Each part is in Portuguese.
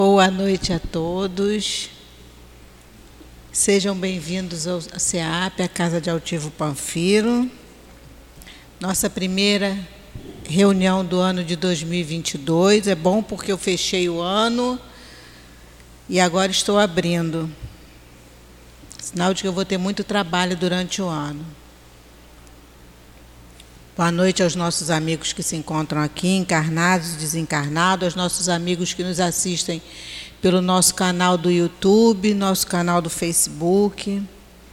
Boa noite a todos. Sejam bem-vindos ao CEAP, a Casa de Altivo Panfiro. Nossa primeira reunião do ano de 2022. É bom porque eu fechei o ano e agora estou abrindo. Sinal de que eu vou ter muito trabalho durante o ano. Boa noite aos nossos amigos que se encontram aqui, encarnados e desencarnados, aos nossos amigos que nos assistem pelo nosso canal do YouTube, nosso canal do Facebook.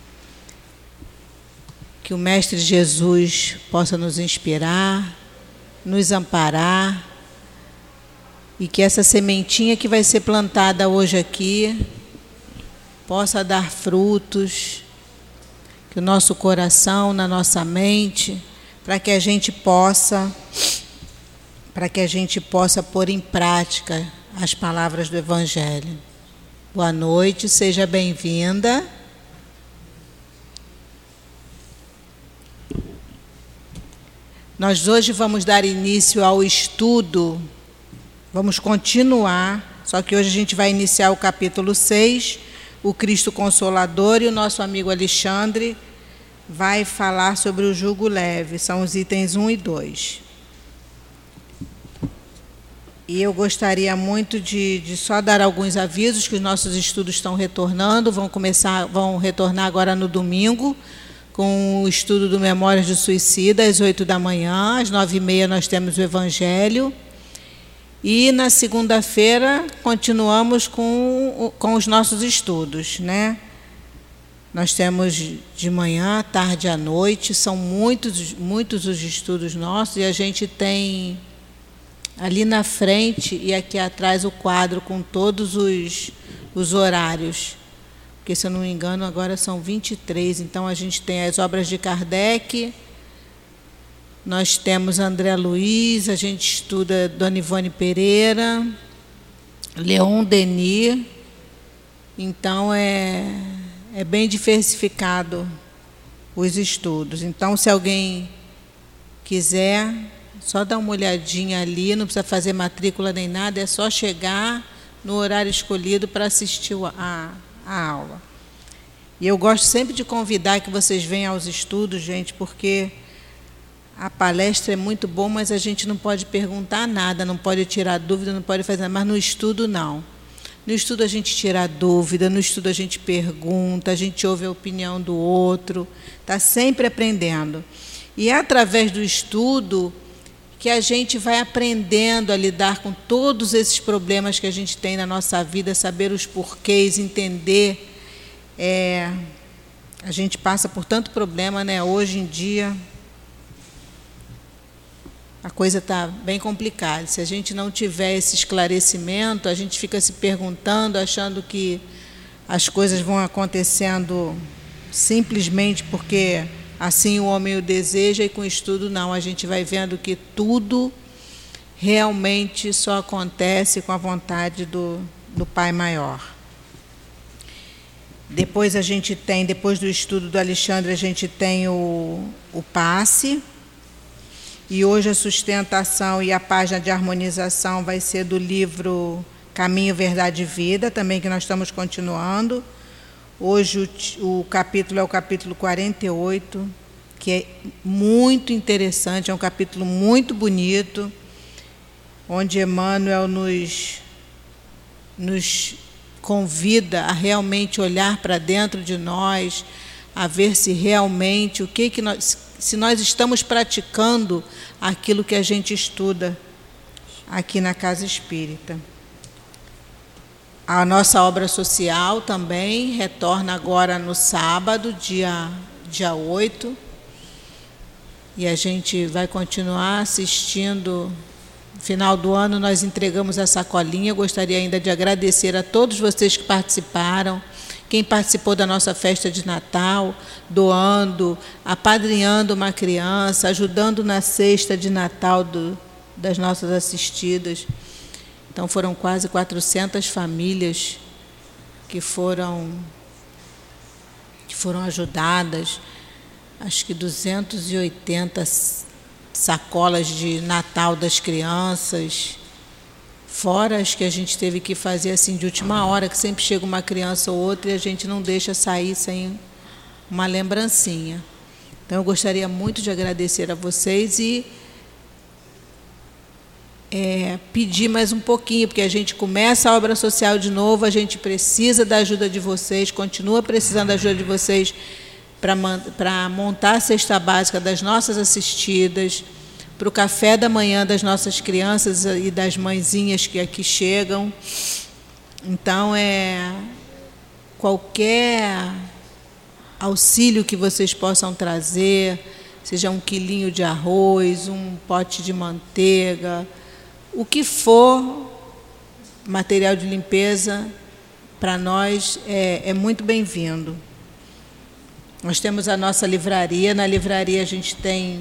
Que o Mestre Jesus possa nos inspirar, nos amparar, e que essa sementinha que vai ser plantada hoje aqui possa dar frutos, que o nosso coração, na nossa mente, para que a gente possa pôr em prática as palavras do Evangelho. Boa noite, seja bem-vinda. Nós hoje vamos dar início ao estudo, vamos continuar, só que hoje a gente vai iniciar o capítulo 6, o Cristo Consolador, e o nosso amigo Alexandre vai falar sobre o jugo leve, são os itens 1 e 2. E eu gostaria muito de só dar alguns avisos, que os nossos estudos estão retornando, vão retornar agora no domingo, com o estudo do Memórias do Suicida, às 8 da manhã, às 9h30 nós temos o Evangelho, e na segunda-feira continuamos com os nossos estudos, né? Nós temos de manhã, tarde e à noite, são muitos os estudos nossos, e a gente tem ali na frente e aqui atrás o quadro com todos os horários, porque, se eu não me engano, agora são 23, então a gente tem as obras de Kardec, nós temos André Luiz, a gente estuda Dona Ivone Pereira, Leon Denis, então é bem diversificado os estudos. Então, se alguém quiser, só dá uma olhadinha ali, não precisa fazer matrícula nem nada, é só chegar no horário escolhido para assistir a aula. E eu gosto sempre de convidar que vocês venham aos estudos, gente, porque a palestra é muito boa, mas a gente não pode perguntar nada, não pode tirar dúvida, não pode fazer nada, mas no estudo não. No estudo a gente tira a dúvida, no estudo a gente pergunta, a gente ouve a opinião do outro, está sempre aprendendo. E é através do estudo que a gente vai aprendendo a lidar com todos esses problemas que a gente tem na nossa vida, saber os porquês, entender. A gente passa por tanto problema, né? Hoje em dia a coisa está bem complicada. Se a gente não tiver esse esclarecimento, a gente fica se perguntando, achando que as coisas vão acontecendo simplesmente porque assim o homem o deseja, e com estudo não. A gente vai vendo que tudo realmente só acontece com a vontade do Pai Maior. Depois a gente tem, depois do estudo do Alexandre, a gente tem o passe. E hoje a sustentação e a página de harmonização vai ser do livro Caminho, Verdade e Vida, também, que nós estamos continuando. Hoje o capítulo é o capítulo 48, que é muito interessante, é um capítulo muito bonito, onde Emmanuel nos convida a realmente olhar para dentro de nós, a ver se realmente se nós estamos praticando aquilo que a gente estuda aqui na Casa Espírita. A nossa obra social também retorna agora no sábado, dia 8, e a gente vai continuar assistindo. No final do ano nós entregamos a sacolinha. Eu gostaria ainda de agradecer a todos vocês que participaram, quem participou da nossa festa de Natal, doando, apadrinhando uma criança, ajudando na cesta de Natal das nossas assistidas. Então, foram quase 400 famílias que foram ajudadas, acho que 280 sacolas de Natal das crianças. Fora as que a gente teve que fazer assim de última hora, que sempre chega uma criança ou outra e a gente não deixa sair sem uma lembrancinha. Então, eu gostaria muito de agradecer a vocês e pedir mais um pouquinho, porque a gente começa a obra social de novo, a gente precisa da ajuda de vocês, continua precisando da ajuda de vocês para montar a cesta básica das nossas assistidas, para o café da manhã das nossas crianças e das mãezinhas que aqui chegam. Então, qualquer auxílio que vocês possam trazer, seja um quilinho de arroz, um pote de manteiga, o que for material de limpeza, para nós é muito bem-vindo. Nós temos a nossa livraria. Na livraria a gente tem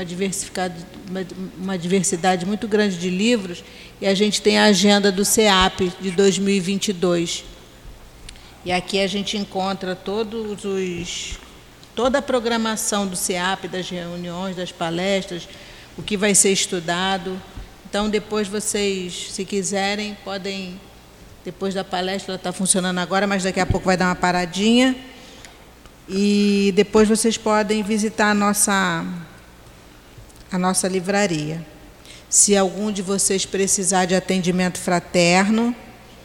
uma diversidade muito grande de livros, e a gente tem a agenda do CEAP de 2022. E aqui a gente encontra toda a programação do CEAP, das reuniões, das palestras, o que vai ser estudado. Então, depois vocês, se quiserem, podem, depois da palestra, ela está funcionando agora, mas daqui a pouco vai dar uma paradinha, e depois vocês podem visitar a nossa livraria. Se algum de vocês precisar de atendimento fraterno,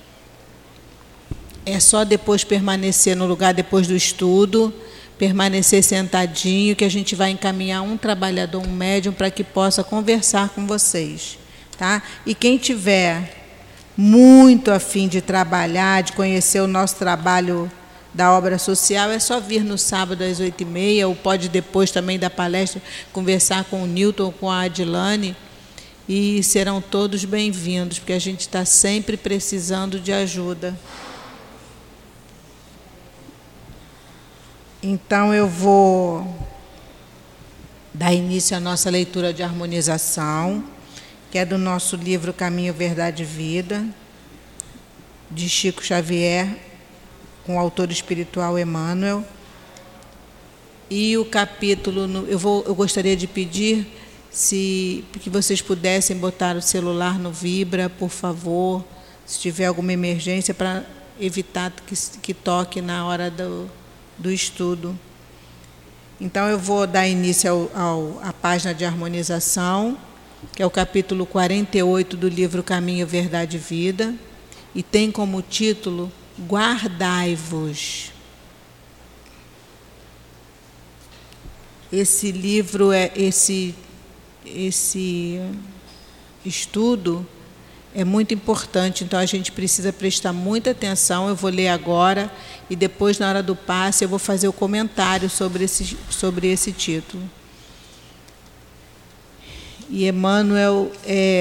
é só depois permanecer no lugar, depois do estudo, permanecer sentadinho, que a gente vai encaminhar um trabalhador, um médium, para que possa conversar com vocês. Tá? E quem tiver muito a fim de trabalhar, de conhecer o nosso trabalho da obra social, é só vir no sábado às 8h30, ou pode depois também da palestra conversar com o Newton ou com a Adilane, e serão todos bem-vindos, porque a gente está sempre precisando de ajuda. Então, eu vou dar início à nossa leitura de harmonização, que é do nosso livro Caminho, Verdade e Vida, de Chico Xavier, com o autor espiritual Emmanuel. E o capítulo, eu gostaria de pedir que vocês pudessem botar o celular no vibra, por favor, se tiver alguma emergência, para evitar que toque na hora do estudo. Então, eu vou dar início à página de harmonização, que é o capítulo 48 do livro Caminho, Verdade e Vida, e tem como título Guardai-vos. Esse livro, esse estudo é muito importante, então a gente precisa prestar muita atenção. Eu vou ler agora e depois, na hora do passe, eu vou fazer o comentário sobre esse título. E Emmanuel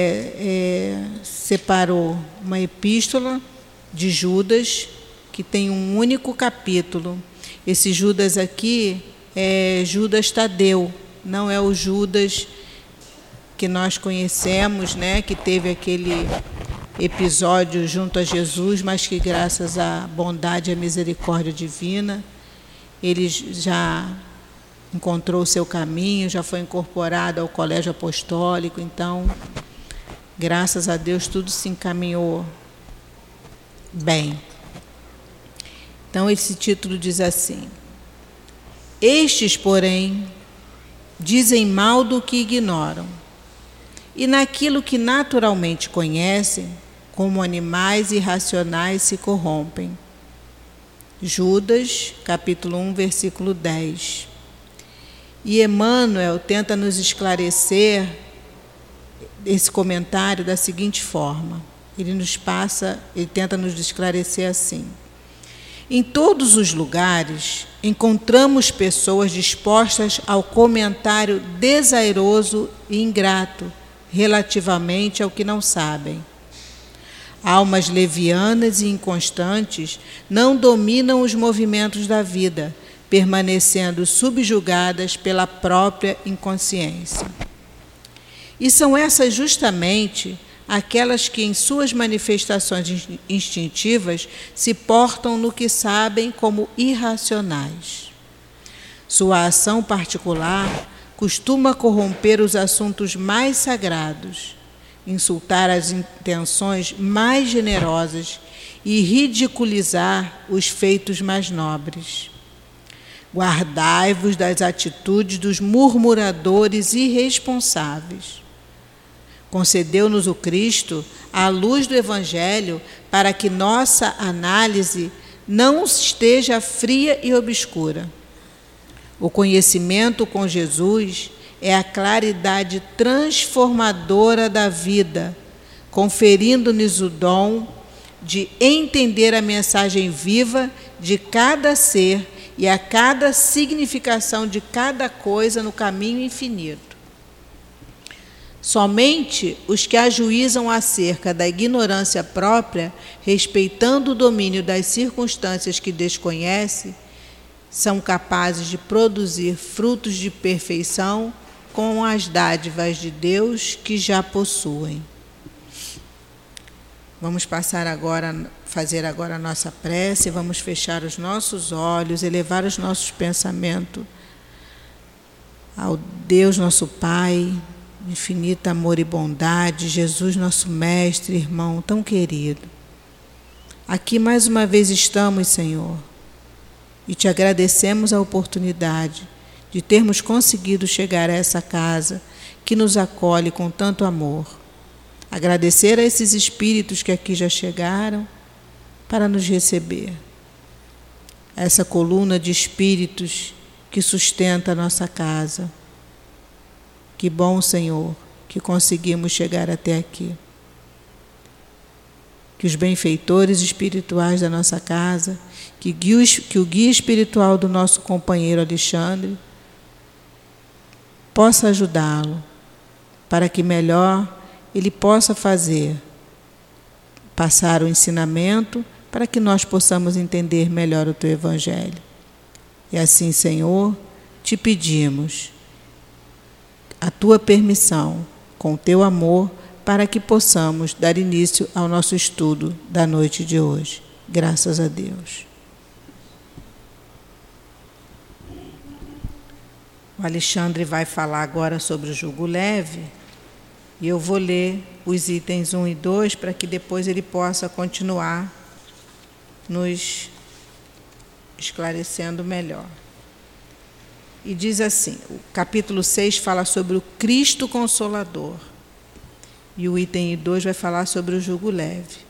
separou uma epístola de Judas, que tem um único capítulo. Esse Judas aqui é Judas Tadeu, não é o Judas que nós conhecemos, né, que teve aquele episódio junto a Jesus, mas que, graças à bondade e à misericórdia divina, ele já encontrou o seu caminho, já foi incorporado ao colégio apostólico. Então, graças a Deus, tudo se encaminhou bem. Então, esse título diz assim: estes, porém, dizem mal do que ignoram, e naquilo que naturalmente conhecem, como animais irracionais se corrompem. Judas, capítulo 1, versículo 10. E Emmanuel tenta nos esclarecer esse comentário da seguinte forma. Ele tenta nos esclarecer assim: em todos os lugares encontramos pessoas dispostas ao comentário desairoso e ingrato relativamente ao que não sabem. Almas levianas e inconstantes não dominam os movimentos da vida, permanecendo subjugadas pela própria inconsciência. E são essas justamente aquelas que, em suas manifestações instintivas, se portam no que sabem como irracionais. Sua ação particular costuma corromper os assuntos mais sagrados, insultar as intenções mais generosas e ridiculizar os feitos mais nobres. Guardai-vos das atitudes dos murmuradores irresponsáveis. Concedeu-nos o Cristo a luz do Evangelho para que nossa análise não esteja fria e obscura. O conhecimento com Jesus é a claridade transformadora da vida, conferindo-nos o dom de entender a mensagem viva de cada ser e a cada significação de cada coisa no caminho infinito. Somente os que ajuizam acerca da ignorância própria, respeitando o domínio das circunstâncias que desconhece, são capazes de produzir frutos de perfeição com as dádivas de Deus que já possuem. Vamos fazer agora a nossa prece, vamos fechar os nossos olhos, elevar os nossos pensamentos ao Deus nosso Pai, infinito amor e bondade, Jesus nosso Mestre, irmão tão querido. Aqui mais uma vez estamos, Senhor, e te agradecemos a oportunidade de termos conseguido chegar a essa casa que nos acolhe com tanto amor. Agradecer a esses espíritos que aqui já chegaram para nos receber. Essa coluna de espíritos que sustenta a nossa casa. Que bom, Senhor, que conseguimos chegar até aqui. Que os benfeitores espirituais da nossa que o guia espiritual do nosso companheiro Alexandre possa ajudá-lo, para que melhor ele possa passar o ensinamento, para que nós possamos entender melhor o teu Evangelho. E assim, Senhor, te pedimos a tua permissão, com o teu amor, para que possamos dar início ao nosso estudo da noite de hoje. Graças a Deus. O Alexandre vai falar agora sobre o jugo leve, e eu vou ler os itens 1 e 2 para que depois ele possa continuar nos esclarecendo melhor. E diz assim, o capítulo 6 fala sobre o Cristo Consolador, e o item 2 vai falar sobre o jugo leve.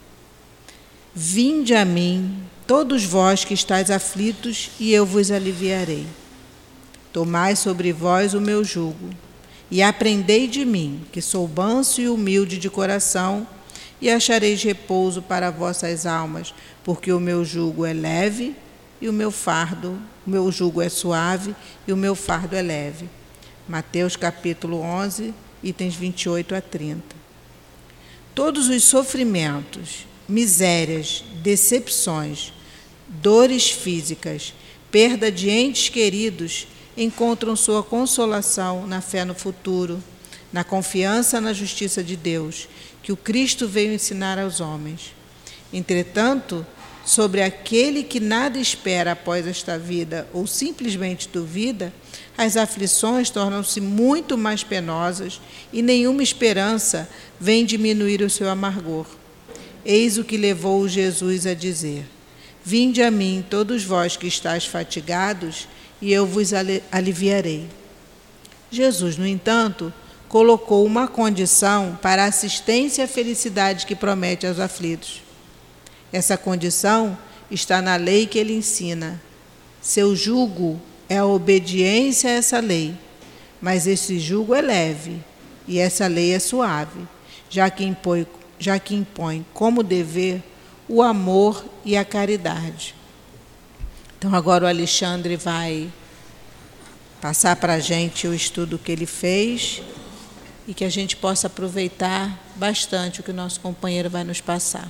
Vinde a mim, todos vós que estáis aflitos, e eu vos aliviarei. Tomai sobre vós o meu jugo, e aprendei de mim, que sou manso e humilde de coração, e achareis repouso para vossas almas, porque o meu jugo é leve e o meu jugo é suave e o meu fardo é leve. Mateus capítulo 11, itens 28 a 30. Todos os sofrimentos, misérias, decepções, dores físicas, perda de entes queridos, encontram sua consolação na fé no futuro, na confiança na justiça de Deus, que o Cristo veio ensinar aos homens. Entretanto, sobre aquele que nada espera após esta vida ou simplesmente duvida, as aflições tornam-se muito mais penosas e nenhuma esperança vem diminuir o seu amargor. Eis o que levou Jesus a dizer: vinde a mim, todos vós que estáis fatigados, e eu vos aliviarei. Jesus, no entanto, colocou uma condição para a assistência e a felicidade que promete aos aflitos. Essa condição está na lei que ele ensina. Seu jugo é a obediência a essa lei, mas esse jugo é leve e essa lei é suave, já que impõe como dever o amor e a caridade. Então agora o Alexandre vai passar para a gente o estudo que ele fez e que a gente possa aproveitar bastante o que o nosso companheiro vai nos passar.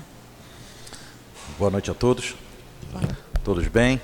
Boa noite a todos. Todos bem?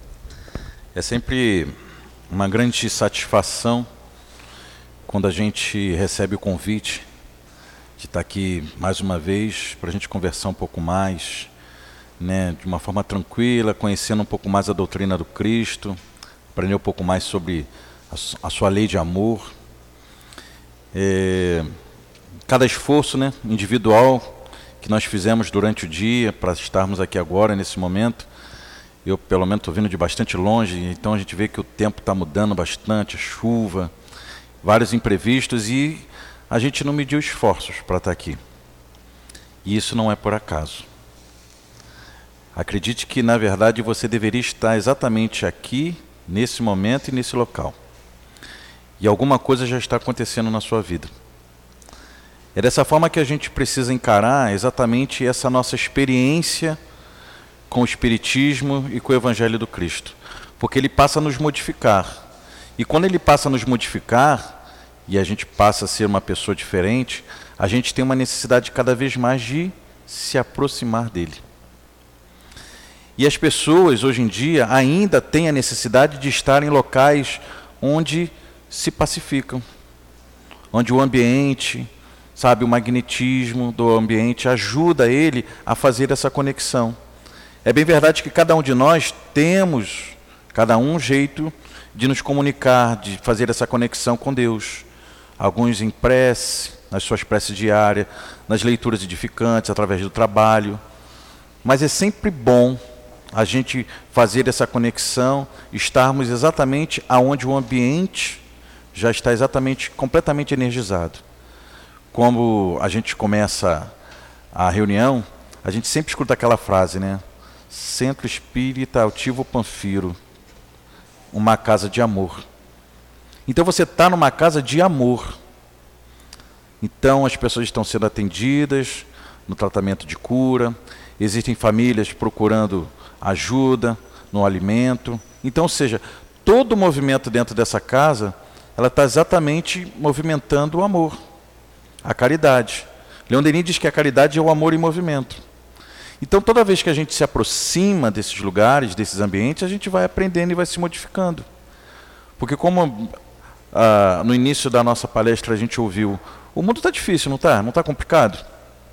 É sempre uma grande satisfação quando a gente recebe o convite de estar aqui mais uma vez para a gente conversar um pouco mais, né, de uma forma tranquila, conhecendo um pouco mais a doutrina do Cristo, aprender um pouco mais sobre a sua lei de amor. cada esforço, né, individual que nós fizemos durante o dia para estarmos aqui agora, nesse momento. Eu, pelo menos, estou vindo de bastante longe, então a gente vê que o tempo está mudando bastante, a chuva, vários imprevistos, e a gente não mediu esforços para estar aqui. E isso não é por acaso. Acredite que, na verdade, você deveria estar exatamente aqui, nesse momento e nesse local. E alguma coisa já está acontecendo na sua vida. É dessa forma que a gente precisa encarar exatamente essa nossa experiência com o Espiritismo e com o Evangelho do Cristo. Porque ele passa a nos modificar. E quando ele passa a nos modificar, e a gente passa a ser uma pessoa diferente, a gente tem uma necessidade cada vez mais de se aproximar dele. E as pessoas, hoje em dia, ainda têm a necessidade de estar em locais onde se pacificam, onde o ambiente, sabe, o magnetismo do ambiente ajuda ele a fazer essa conexão. É bem verdade que cada um de nós temos, cada um, um jeito de nos comunicar, de fazer essa conexão com Deus. Alguns em prece, nas suas preces diárias, nas leituras edificantes, através do trabalho. Mas é sempre bom a gente fazer essa conexão, estarmos exatamente aonde o ambiente já está exatamente, completamente energizado. Como a gente começa a reunião, a gente sempre escuta aquela frase, né? Centro Espírita Altivo Panfiro, uma casa de amor. Então você está numa casa de amor. Então as pessoas estão sendo atendidas no tratamento de cura, existem famílias procurando ajuda no alimento. Então, ou seja, todo o movimento dentro dessa casa, ela está exatamente movimentando o amor, a caridade. Leon Denis diz que a caridade é o amor em movimento. Então, toda vez que a gente se aproxima desses lugares, desses ambientes, a gente vai aprendendo e vai se modificando. Porque como no início da nossa palestra a gente ouviu, o mundo está difícil, não está? Não está complicado?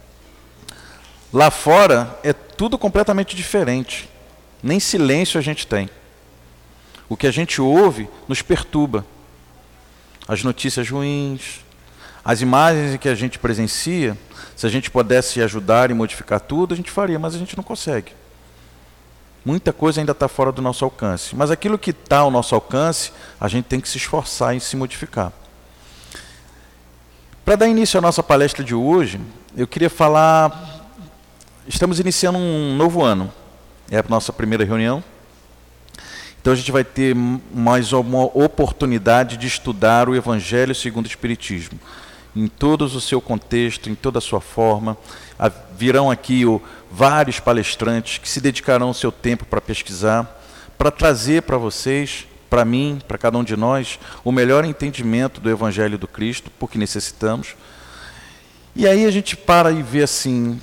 Lá fora é tudo completamente diferente. Nem silêncio a gente tem. O que a gente ouve nos perturba. As notícias ruins, as imagens que a gente presencia, se a gente pudesse ajudar e modificar tudo, a gente faria, mas a gente não consegue. Muita coisa ainda está fora do nosso alcance. Mas aquilo que está ao nosso alcance, a gente tem que se esforçar em se modificar. Para dar início à nossa palestra de hoje, eu queria falar... Estamos iniciando um novo ano. É a nossa primeira reunião. Então a gente vai ter mais uma oportunidade de estudar o Evangelho segundo o Espiritismo. Em todo o seu contexto, em toda a sua forma. Virão aqui vários palestrantes que se dedicarão o seu tempo para pesquisar, para trazer para vocês, para mim, para cada um de nós, o melhor entendimento do Evangelho do Cristo, porque necessitamos. E aí a gente para e vê assim,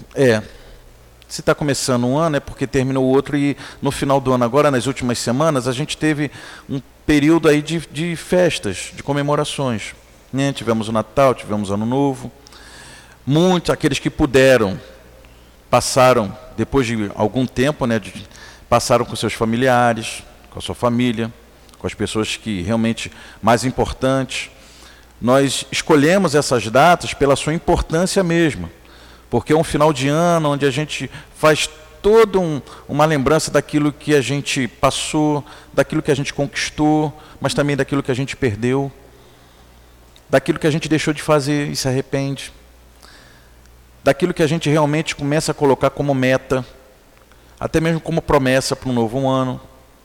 se está começando um ano é porque terminou o outro, e no final do ano, agora nas últimas semanas, a gente teve um período aí de festas, de comemorações. Né? Tivemos o Natal, tivemos o Ano Novo. Muitos, aqueles que puderam, passaram, depois de algum tempo, né, passaram com seus familiares, com a sua família, com as pessoas que realmente mais importantes. Nós escolhemos essas datas pela sua importância mesmo. Porque é um final de ano onde a gente faz toda uma lembrança daquilo que a gente passou, daquilo que a gente conquistou, mas também daquilo que a gente perdeu, daquilo que a gente deixou de fazer e se arrepende, daquilo que a gente realmente começa a colocar como meta, até mesmo como promessa para um novo ano.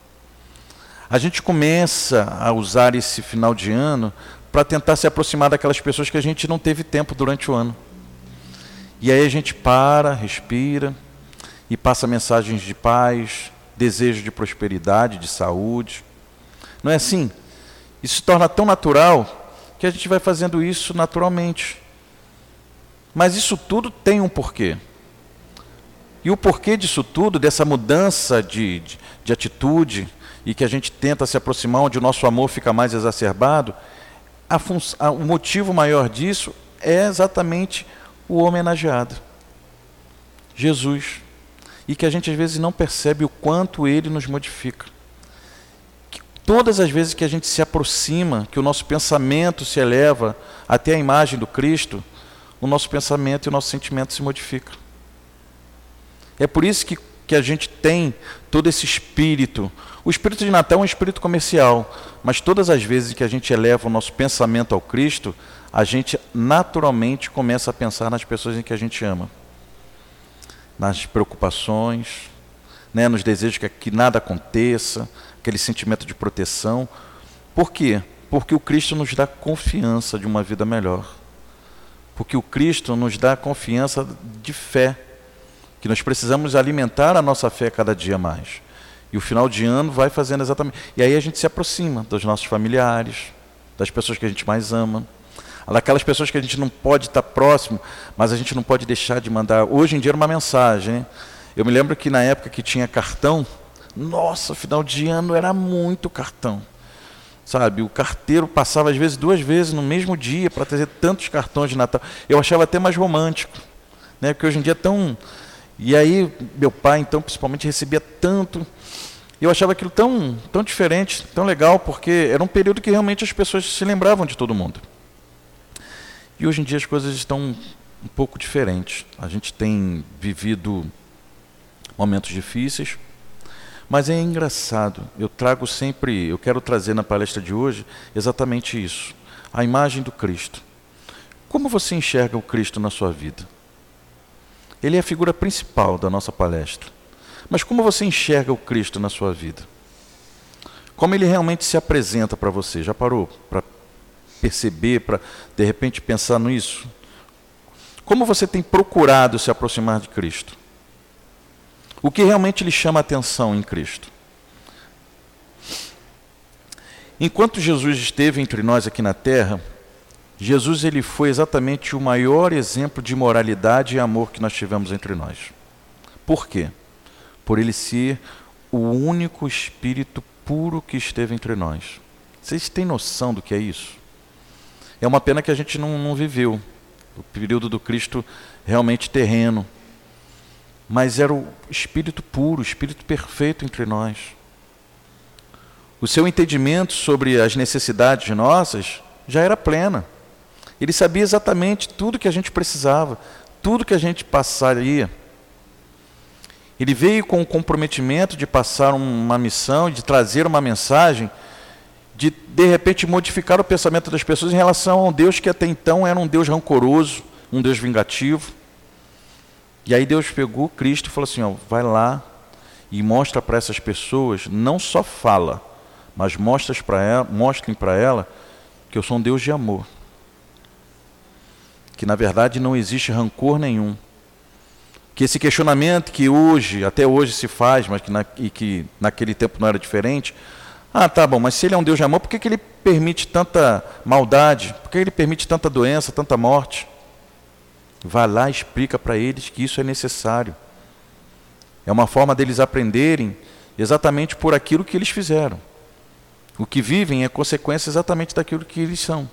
A gente começa a usar esse final de ano para tentar se aproximar daquelas pessoas que a gente não teve tempo durante o ano. E aí a gente para, respira e passa mensagens de paz, desejo de prosperidade, de saúde. Não é assim? Isso se torna tão natural que a gente vai fazendo isso naturalmente. Mas isso tudo tem um porquê. E o porquê disso tudo, dessa mudança de atitude, e que a gente tenta se aproximar onde o nosso amor fica mais exacerbado, o motivo maior disso é exatamente o homenageado, Jesus, e que a gente às vezes não percebe o quanto ele nos modifica. Que todas as vezes que a gente se aproxima, que o nosso pensamento se eleva até a imagem do Cristo, o nosso pensamento e o nosso sentimento se modifica. É por isso que a gente tem todo esse espírito. O espírito de Natal é um espírito comercial, mas todas as vezes que a gente eleva o nosso pensamento ao Cristo, a gente naturalmente começa a pensar nas pessoas em que a gente ama, nas preocupações, né, nos desejos que nada aconteça, aquele sentimento de proteção. Por quê? Porque o Cristo nos dá confiança de uma vida melhor. Porque o Cristo nos dá confiança de fé, que nós precisamos alimentar a nossa fé cada dia mais. E o final de ano vai fazendo exatamente. E aí a gente se aproxima dos nossos familiares, das pessoas que a gente mais ama, daquelas pessoas que a gente não pode estar próximo, mas a gente não pode deixar de mandar. Hoje em dia era uma mensagem, hein? Eu me lembro que na época que tinha cartão, nossa, final de ano era muito cartão. Sabe, o carteiro passava às vezes 2 vezes no mesmo dia para trazer tantos cartões de Natal. Eu achava até mais romântico, né? Porque hoje em dia é tão... E aí meu pai, então, principalmente, recebia tanto. Eu achava aquilo tão diferente, tão legal, porque era um período que realmente as pessoas se lembravam de todo mundo. E hoje em dia as coisas estão um pouco diferentes. A gente tem vivido momentos difíceis, mas é engraçado. Eu quero trazer na palestra de hoje exatamente isso. A imagem do Cristo. Como você enxerga o Cristo na sua vida? Ele é a figura principal da nossa palestra. Mas como você enxerga o Cristo na sua vida? Como ele realmente se apresenta para você? Já parou para perceber, para de repente pensar nisso? Como você tem procurado se aproximar de Cristo? O que realmente lhe chama a atenção em Cristo? Enquanto Jesus esteve entre nós aqui na terra, Jesus ele foi exatamente o maior exemplo de moralidade e amor que nós tivemos entre nós. Por quê? Por ele ser o único espírito puro que esteve entre nós. Vocês têm noção do que é isso? É uma pena que a gente não viveu o período do Cristo realmente terreno. Mas era o espírito puro, o espírito perfeito entre nós. O seu entendimento sobre as necessidades nossas já era plena. Ele sabia exatamente tudo que a gente precisava, tudo que a gente passaria. Ele veio com o comprometimento de passar uma missão, de trazer uma mensagem, de repente modificar o pensamento das pessoas em relação a um Deus que até então era um Deus rancoroso, um Deus vingativo. E aí Deus pegou Cristo e falou assim, ó, vai lá e mostra para essas pessoas, não só fala, mas mostrem para ela que eu sou um Deus de amor. Que na verdade não existe rancor nenhum. Que esse questionamento que até hoje se faz, mas que naquele tempo não era diferente. Ah, tá bom, mas se ele é um Deus de amor, por que ele permite tanta maldade? Por que ele permite tanta doença, tanta morte? Vai lá e explica para eles que isso é necessário. É uma forma deles aprenderem exatamente por aquilo que eles fizeram. O que vivem é consequência exatamente daquilo que eles são.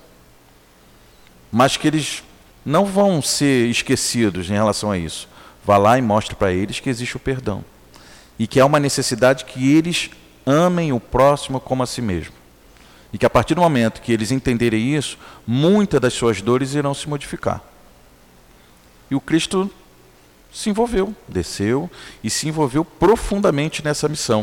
Mas que eles não vão ser esquecidos em relação a isso. Vá lá e mostre para eles que existe o perdão. E que há uma necessidade que eles amem o próximo como a si mesmo. E que a partir do momento que eles entenderem isso, muitas das suas dores irão se modificar. E o Cristo se envolveu, desceu e se envolveu profundamente nessa missão.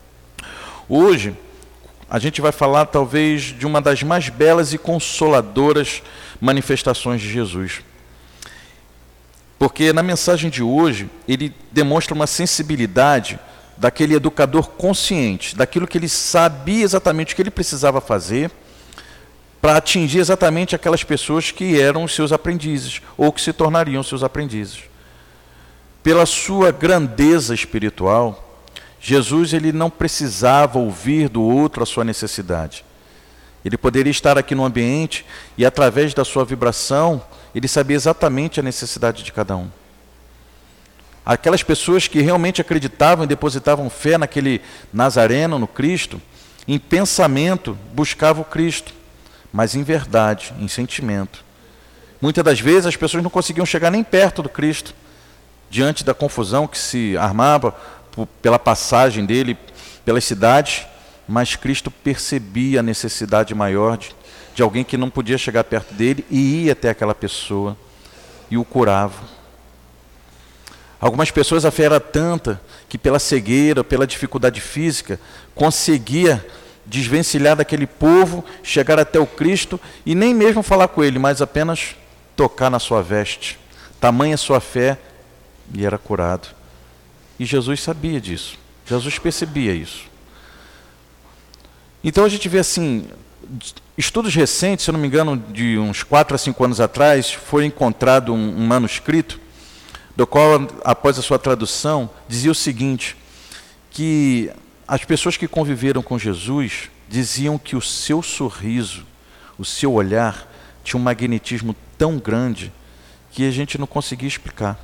Hoje, a gente vai falar talvez de uma das mais belas e consoladoras manifestações de Jesus. Porque na mensagem de hoje, ele demonstra uma sensibilidade daquele educador consciente, daquilo que ele sabia exatamente o que ele precisava fazer para atingir exatamente aquelas pessoas que eram os seus aprendizes, ou que se tornariam seus aprendizes. Pela sua grandeza espiritual, Jesus ele não precisava ouvir do outro a sua necessidade. Ele poderia estar aqui no ambiente e, através da sua vibração, ele sabia exatamente a necessidade de cada um. Aquelas pessoas que realmente acreditavam e depositavam fé naquele Nazareno, no Cristo, em pensamento buscavam o Cristo, mas em verdade, em sentimento. Muitas das vezes as pessoas não conseguiam chegar nem perto do Cristo, diante da confusão que se armava pela passagem dele pelas cidades, mas Cristo percebia a necessidade maior de alguém que não podia chegar perto dele e ia até aquela pessoa e o curava. Algumas pessoas a fé era tanta que pela cegueira, pela dificuldade física, conseguia desvencilhar daquele povo, chegar até o Cristo e nem mesmo falar com ele, mas apenas tocar na sua veste. Tamanha sua fé, e era curado. E Jesus sabia disso. Jesus percebia isso. Então a gente vê assim, estudos recentes, se eu não me engano, de uns 4 a 5 anos atrás, foi encontrado um manuscrito, do qual, após a sua tradução, dizia o seguinte, que as pessoas que conviveram com Jesus diziam que o seu sorriso, o seu olhar, tinha um magnetismo tão grande que a gente não conseguia explicar.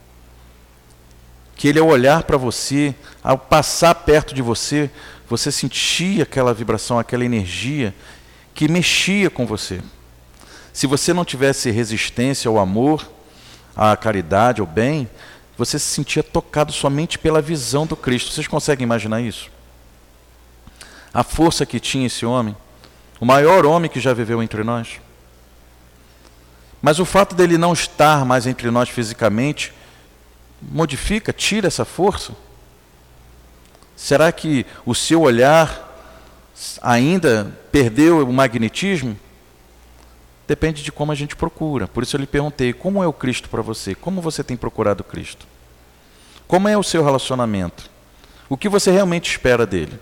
Que ele, ao olhar para você, ao passar perto de você, você sentia aquela vibração, aquela energia que mexia com você. Se você não tivesse resistência ao amor, à caridade, ao bem, você se sentia tocado somente pela visão do Cristo. Vocês conseguem imaginar isso? A força que tinha esse homem, o maior homem que já viveu entre nós. Mas o fato dele não estar mais entre nós fisicamente, modifica, tira essa força? Será que o seu olhar ainda perdeu o magnetismo? Depende de como a gente procura. Por isso eu lhe perguntei, como é o Cristo para você? Como você tem procurado o Cristo? Como é o seu relacionamento? O que você realmente espera dele?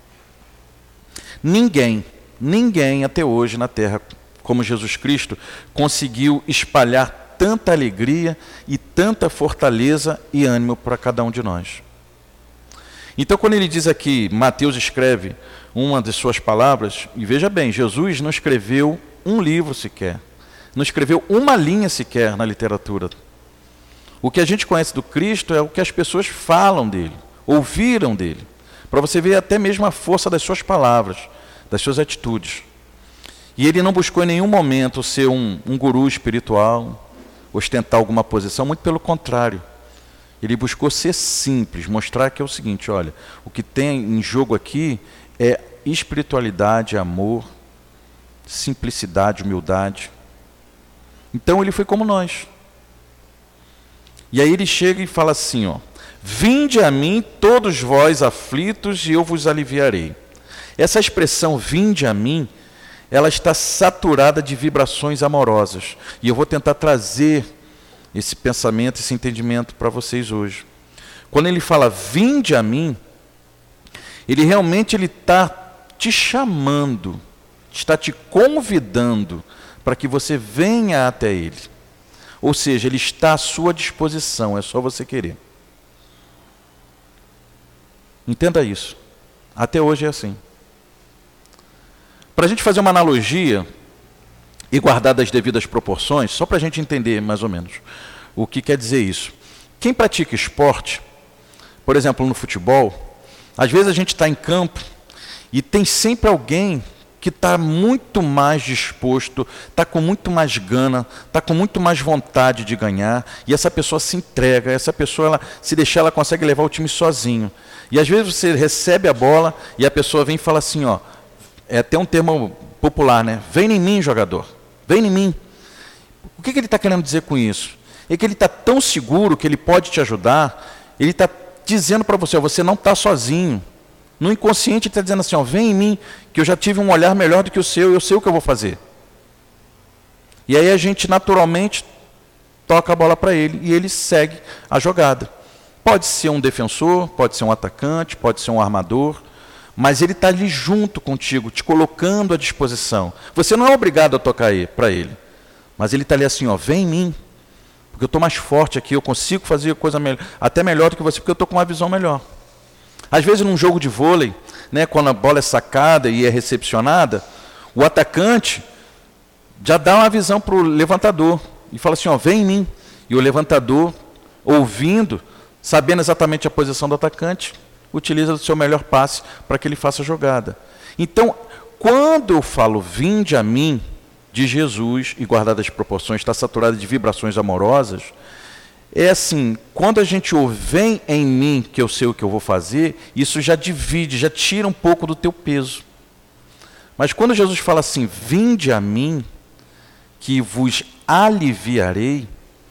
Ninguém até hoje na Terra, como Jesus Cristo, conseguiu espalhar tanta alegria e tanta fortaleza e ânimo para cada um de nós. Então, quando ele diz aqui, Mateus escreve uma de suas palavras, e veja bem, Jesus não escreveu um livro sequer, não escreveu uma linha sequer na literatura. O que a gente conhece do Cristo é o que as pessoas falam dele, ouviram dele, para você ver até mesmo a força das suas palavras, das suas atitudes. E ele não buscou em nenhum momento ser um guru espiritual, ostentar alguma posição, muito pelo contrário. Ele buscou ser simples, mostrar que é o seguinte, olha, o que tem em jogo aqui é espiritualidade, amor, simplicidade, humildade. Então ele foi como nós. E aí ele chega e fala assim, ó, vinde a mim todos vós aflitos e eu vos aliviarei. Essa expressão vinde a mim, ela está saturada de vibrações amorosas. E eu vou tentar trazer esse pensamento, esse entendimento para vocês hoje. Quando ele fala vinde a mim, ele realmente está te chamando, está te convidando para que você venha até ele. Ou seja, ele está à sua disposição, é só você querer. Entenda isso. Até hoje é assim. Para a gente fazer uma analogia e guardar das devidas proporções, só para a gente entender mais ou menos o que quer dizer isso. Quem pratica esporte, por exemplo, no futebol, às vezes a gente está em campo e tem sempre alguém que está muito mais disposto, está com muito mais gana, está com muito mais vontade de ganhar, e essa pessoa se entrega, essa pessoa, ela, se deixar, ela consegue levar o time sozinho. E às vezes você recebe a bola e a pessoa vem e fala assim, ó, é até um termo popular, né? Vem em mim, jogador, vem em mim. O que ele está querendo dizer com isso? É que ele está tão seguro que ele pode te ajudar, ele está dizendo para você, ó, você não está sozinho. No inconsciente ele está dizendo assim, ó, vem em mim, que eu já tive um olhar melhor do que o seu, eu sei o que eu vou fazer. E aí a gente naturalmente toca a bola para ele e ele segue a jogada. Pode ser um defensor, pode ser um atacante, pode ser um armador, mas ele está ali junto contigo, te colocando à disposição. Você não é obrigado a tocar para ele, mas ele está ali assim, ó, vem em mim, porque eu estou mais forte aqui, eu consigo fazer coisa melhor, até melhor do que você, porque eu estou com uma visão melhor. Às vezes num jogo de vôlei, né, quando a bola é sacada e é recepcionada, o atacante já dá uma visão para o levantador e fala assim, ó, vem em mim. E o levantador, ouvindo, sabendo exatamente a posição do atacante, utiliza o seu melhor passe para que ele faça a jogada. Então, quando eu falo vinde a mim, de Jesus, e guardadas as proporções, está saturado de vibrações amorosas, é assim, quando a gente ouve vem em mim, que eu sei o que eu vou fazer, isso já divide, já tira um pouco do teu peso. Mas quando Jesus fala assim, vinde a mim, que vos aliviarei,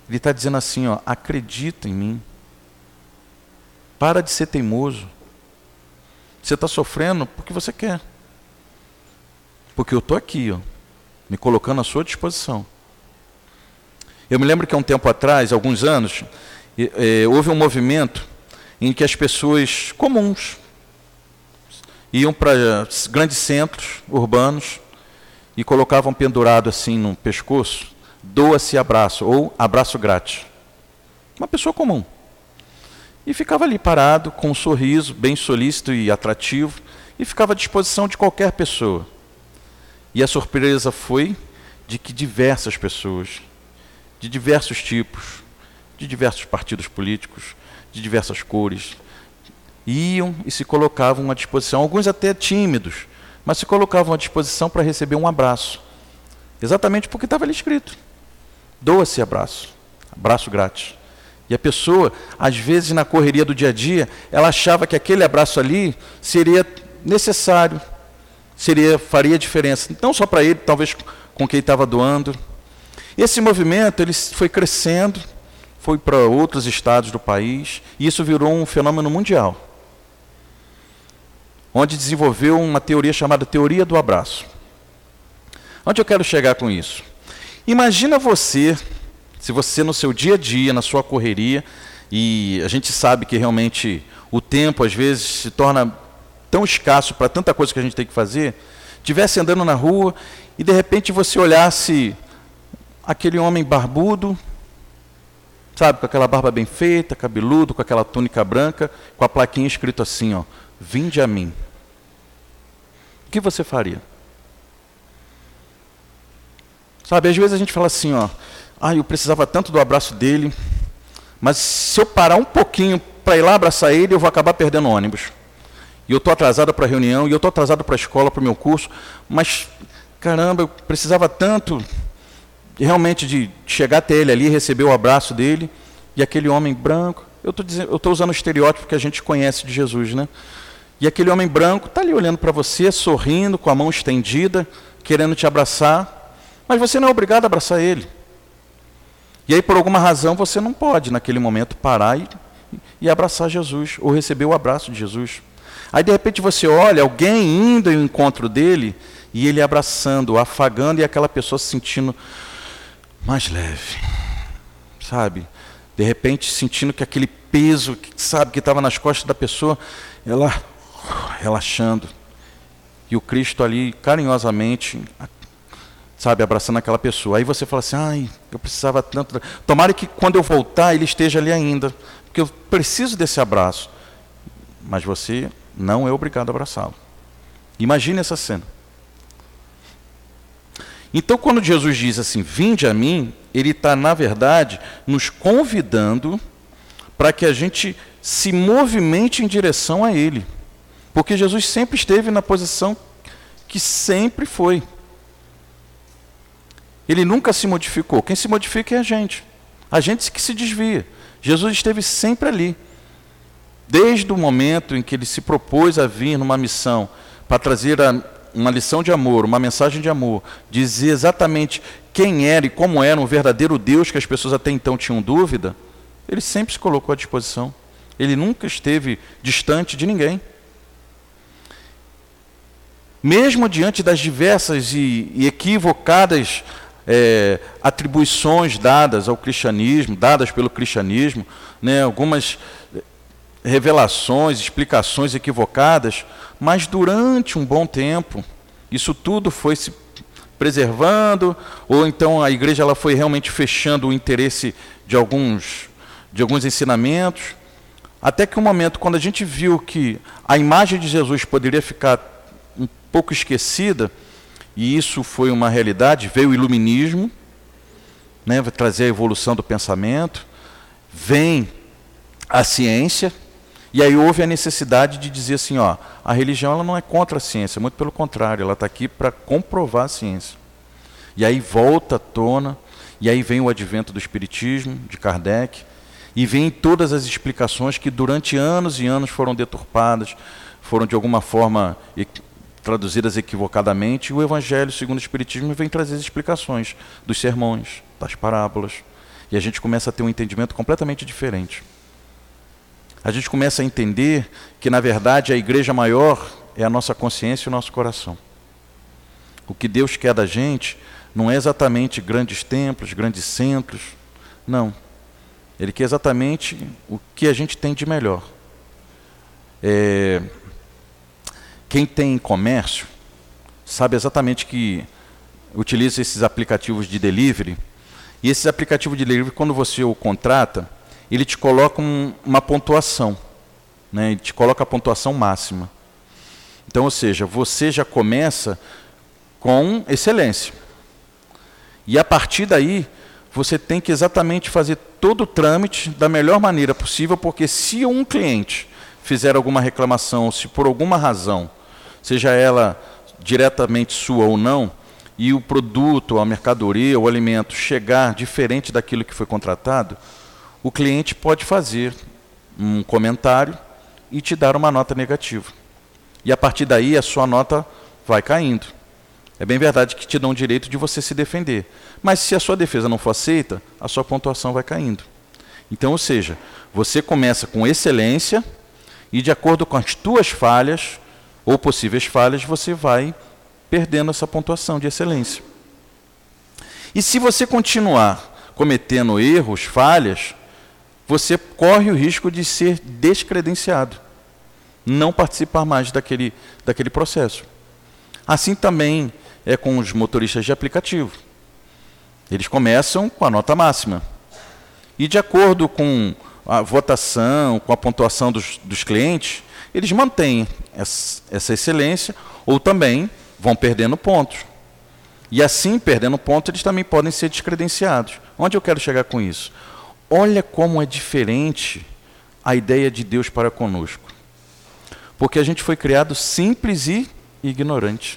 Ele está dizendo assim, ó, acredita em mim. Para de ser teimoso. Você está sofrendo porque você quer. Porque eu estou aqui, ó, me colocando à sua disposição. Eu me lembro que há um tempo atrás, alguns anos, houve um movimento em que as pessoas comuns iam para grandes centros urbanos e colocavam pendurado assim no pescoço, doa-se abraço, ou abraço grátis. Uma pessoa comum. E ficava ali parado, com um sorriso bem solícito e atrativo, e ficava à disposição de qualquer pessoa. E a surpresa foi de que diversas pessoas, de diversos tipos, de diversos partidos políticos, de diversas cores, iam e se colocavam à disposição, alguns até tímidos, mas se colocavam à disposição para receber um abraço. Exatamente porque estava ali escrito. Doa-se abraço, abraço grátis. E a pessoa, às vezes na correria do dia a dia, ela achava que aquele abraço ali seria necessário, faria diferença. Não só para ele, talvez com quem estava doando. Esse movimento ele foi crescendo, foi para outros estados do país, e isso virou um fenômeno mundial, onde desenvolveu uma teoria chamada teoria do abraço. Onde eu quero chegar com isso? Imagina você, se você no seu dia a dia, na sua correria, e a gente sabe que realmente o tempo às vezes se torna tão escasso para tanta coisa que a gente tem que fazer, estivesse andando na rua e de repente você olhasse aquele homem barbudo, sabe, com aquela barba bem feita, cabeludo, com aquela túnica branca, com a plaquinha escrito assim, ó, vinde a mim. O que você faria? Sabe, às vezes a gente fala assim, ó, eu precisava tanto do abraço dele, mas se eu parar um pouquinho para ir lá abraçar ele, eu vou acabar perdendo o ônibus. E eu estou atrasado para a reunião, e eu estou atrasado para a escola, para o meu curso, mas, caramba, eu precisava tanto realmente de chegar até ele ali, receber o abraço dele, e aquele homem branco, eu estou usando o estereótipo que a gente conhece de Jesus, né? E aquele homem branco está ali olhando para você, sorrindo, com a mão estendida, querendo te abraçar, mas você não é obrigado a abraçar ele. E aí, por alguma razão, você não pode, naquele momento, parar e abraçar Jesus, ou receber o abraço de Jesus. Aí, de repente, você olha alguém indo ao encontro dele, e ele abraçando, afagando, e aquela pessoa se sentindo mais leve, sabe? De repente, sentindo que aquele peso, sabe, que estava nas costas da pessoa, ela relaxando. E o Cristo ali, carinhosamente, sabe, abraçando aquela pessoa. Aí você fala assim, eu precisava tanto. Tomara que quando eu voltar, ele esteja ali ainda, porque eu preciso desse abraço. Mas você não é obrigado a abraçá-lo. Imagine essa cena. Então, quando Jesus diz assim, vinde a mim, ele está, na verdade, nos convidando para que a gente se movimente em direção a ele. Porque Jesus sempre esteve na posição que sempre foi. Ele nunca se modificou. Quem se modifica é a gente. A gente que se desvia. Jesus esteve sempre ali. Desde o momento em que ele se propôs a vir numa missão para trazer uma lição de amor, uma mensagem de amor, dizer exatamente quem era e como era um verdadeiro Deus que as pessoas até então tinham dúvida, ele sempre se colocou à disposição. Ele nunca esteve distante de ninguém. Mesmo diante das diversas e equivocadas atribuições dadas ao cristianismo, dadas pelo cristianismo, né, algumas revelações, explicações equivocadas, mas durante um bom tempo, isso tudo foi se preservando, ou então a igreja ela foi realmente fechando o interesse de alguns ensinamentos, até que um momento, quando a gente viu que a imagem de Jesus poderia ficar um pouco esquecida, e isso foi uma realidade, veio o iluminismo, né, vai trazer a evolução do pensamento, vem a ciência, e aí houve a necessidade de dizer assim, a religião ela não é contra a ciência, muito pelo contrário, ela está aqui para comprovar a ciência. E aí volta à tona, e aí vem o advento do Espiritismo, de Kardec, e vem todas as explicações que durante anos e anos foram deturpadas, foram de alguma forma traduzidas equivocadamente, e o Evangelho segundo o Espiritismo vem trazer as explicações dos sermões, das parábolas. E a gente começa a ter um entendimento completamente diferente. A gente começa a entender que, na verdade, a igreja maior é a nossa consciência e o nosso coração. O que Deus quer da gente não é exatamente grandes templos, grandes centros. Não. Ele quer exatamente o que a gente tem de melhor. Quem tem comércio sabe exatamente que utiliza esses aplicativos de delivery. E esses aplicativos de delivery, quando você o contrata, ele te coloca uma pontuação, né? Ele te coloca a pontuação máxima. Então, ou seja, você já começa com excelência. E a partir daí, você tem que exatamente fazer todo o trâmite da melhor maneira possível, porque se um cliente fizer alguma reclamação, se por alguma razão, seja ela diretamente sua ou não, e o produto, a mercadoria, o alimento chegar diferente daquilo que foi contratado, o cliente pode fazer um comentário e te dar uma nota negativa. E a partir daí a sua nota vai caindo. É bem verdade que te dão o direito de você se defender. Mas se a sua defesa não for aceita, a sua pontuação vai caindo. Então, ou seja, você começa com excelência e de acordo com as tuas falhas ou possíveis falhas, você vai perdendo essa pontuação de excelência. E se você continuar cometendo erros, falhas, você corre o risco de ser descredenciado, não participar mais daquele processo. Assim também é com os motoristas de aplicativo. Eles começam com a nota máxima. E de acordo com a votação, com a pontuação dos clientes, eles mantêm essa excelência ou também vão perdendo pontos. E assim, perdendo pontos, eles também podem ser descredenciados. Onde eu quero chegar com isso? Olha como é diferente a ideia de Deus para conosco. Porque a gente foi criado simples e ignorante.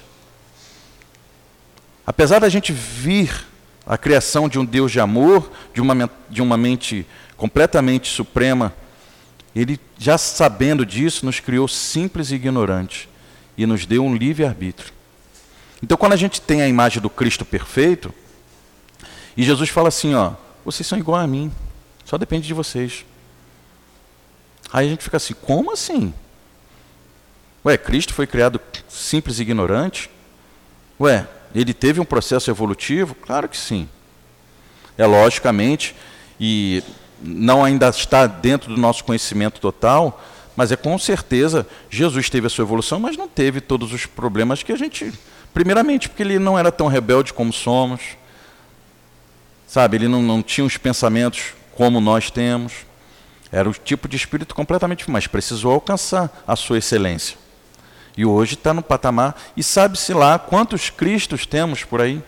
Apesar da gente vir a criação de um Deus de amor, de uma mente completamente suprema, Ele, já sabendo disso, nos criou simples e ignorantes e nos deu um livre-arbítrio. Então, quando a gente tem a imagem do Cristo perfeito, e Jesus fala assim, ó, vocês são igual a mim, só depende de vocês. Aí a gente fica assim, como assim? Ué, Cristo foi criado simples e ignorante? Ué, ele teve um processo evolutivo? Claro que sim. É logicamente, e não ainda está dentro do nosso conhecimento total, mas é com certeza, Jesus teve a sua evolução, mas não teve todos os problemas que a gente... Primeiramente, porque ele não era tão rebelde como somos, sabe? Ele não tinha os pensamentos como nós temos. Era o tipo de espírito completamente... Mas precisou alcançar a sua excelência. E hoje está no patamar... E sabe-se lá quantos Cristos temos por aí?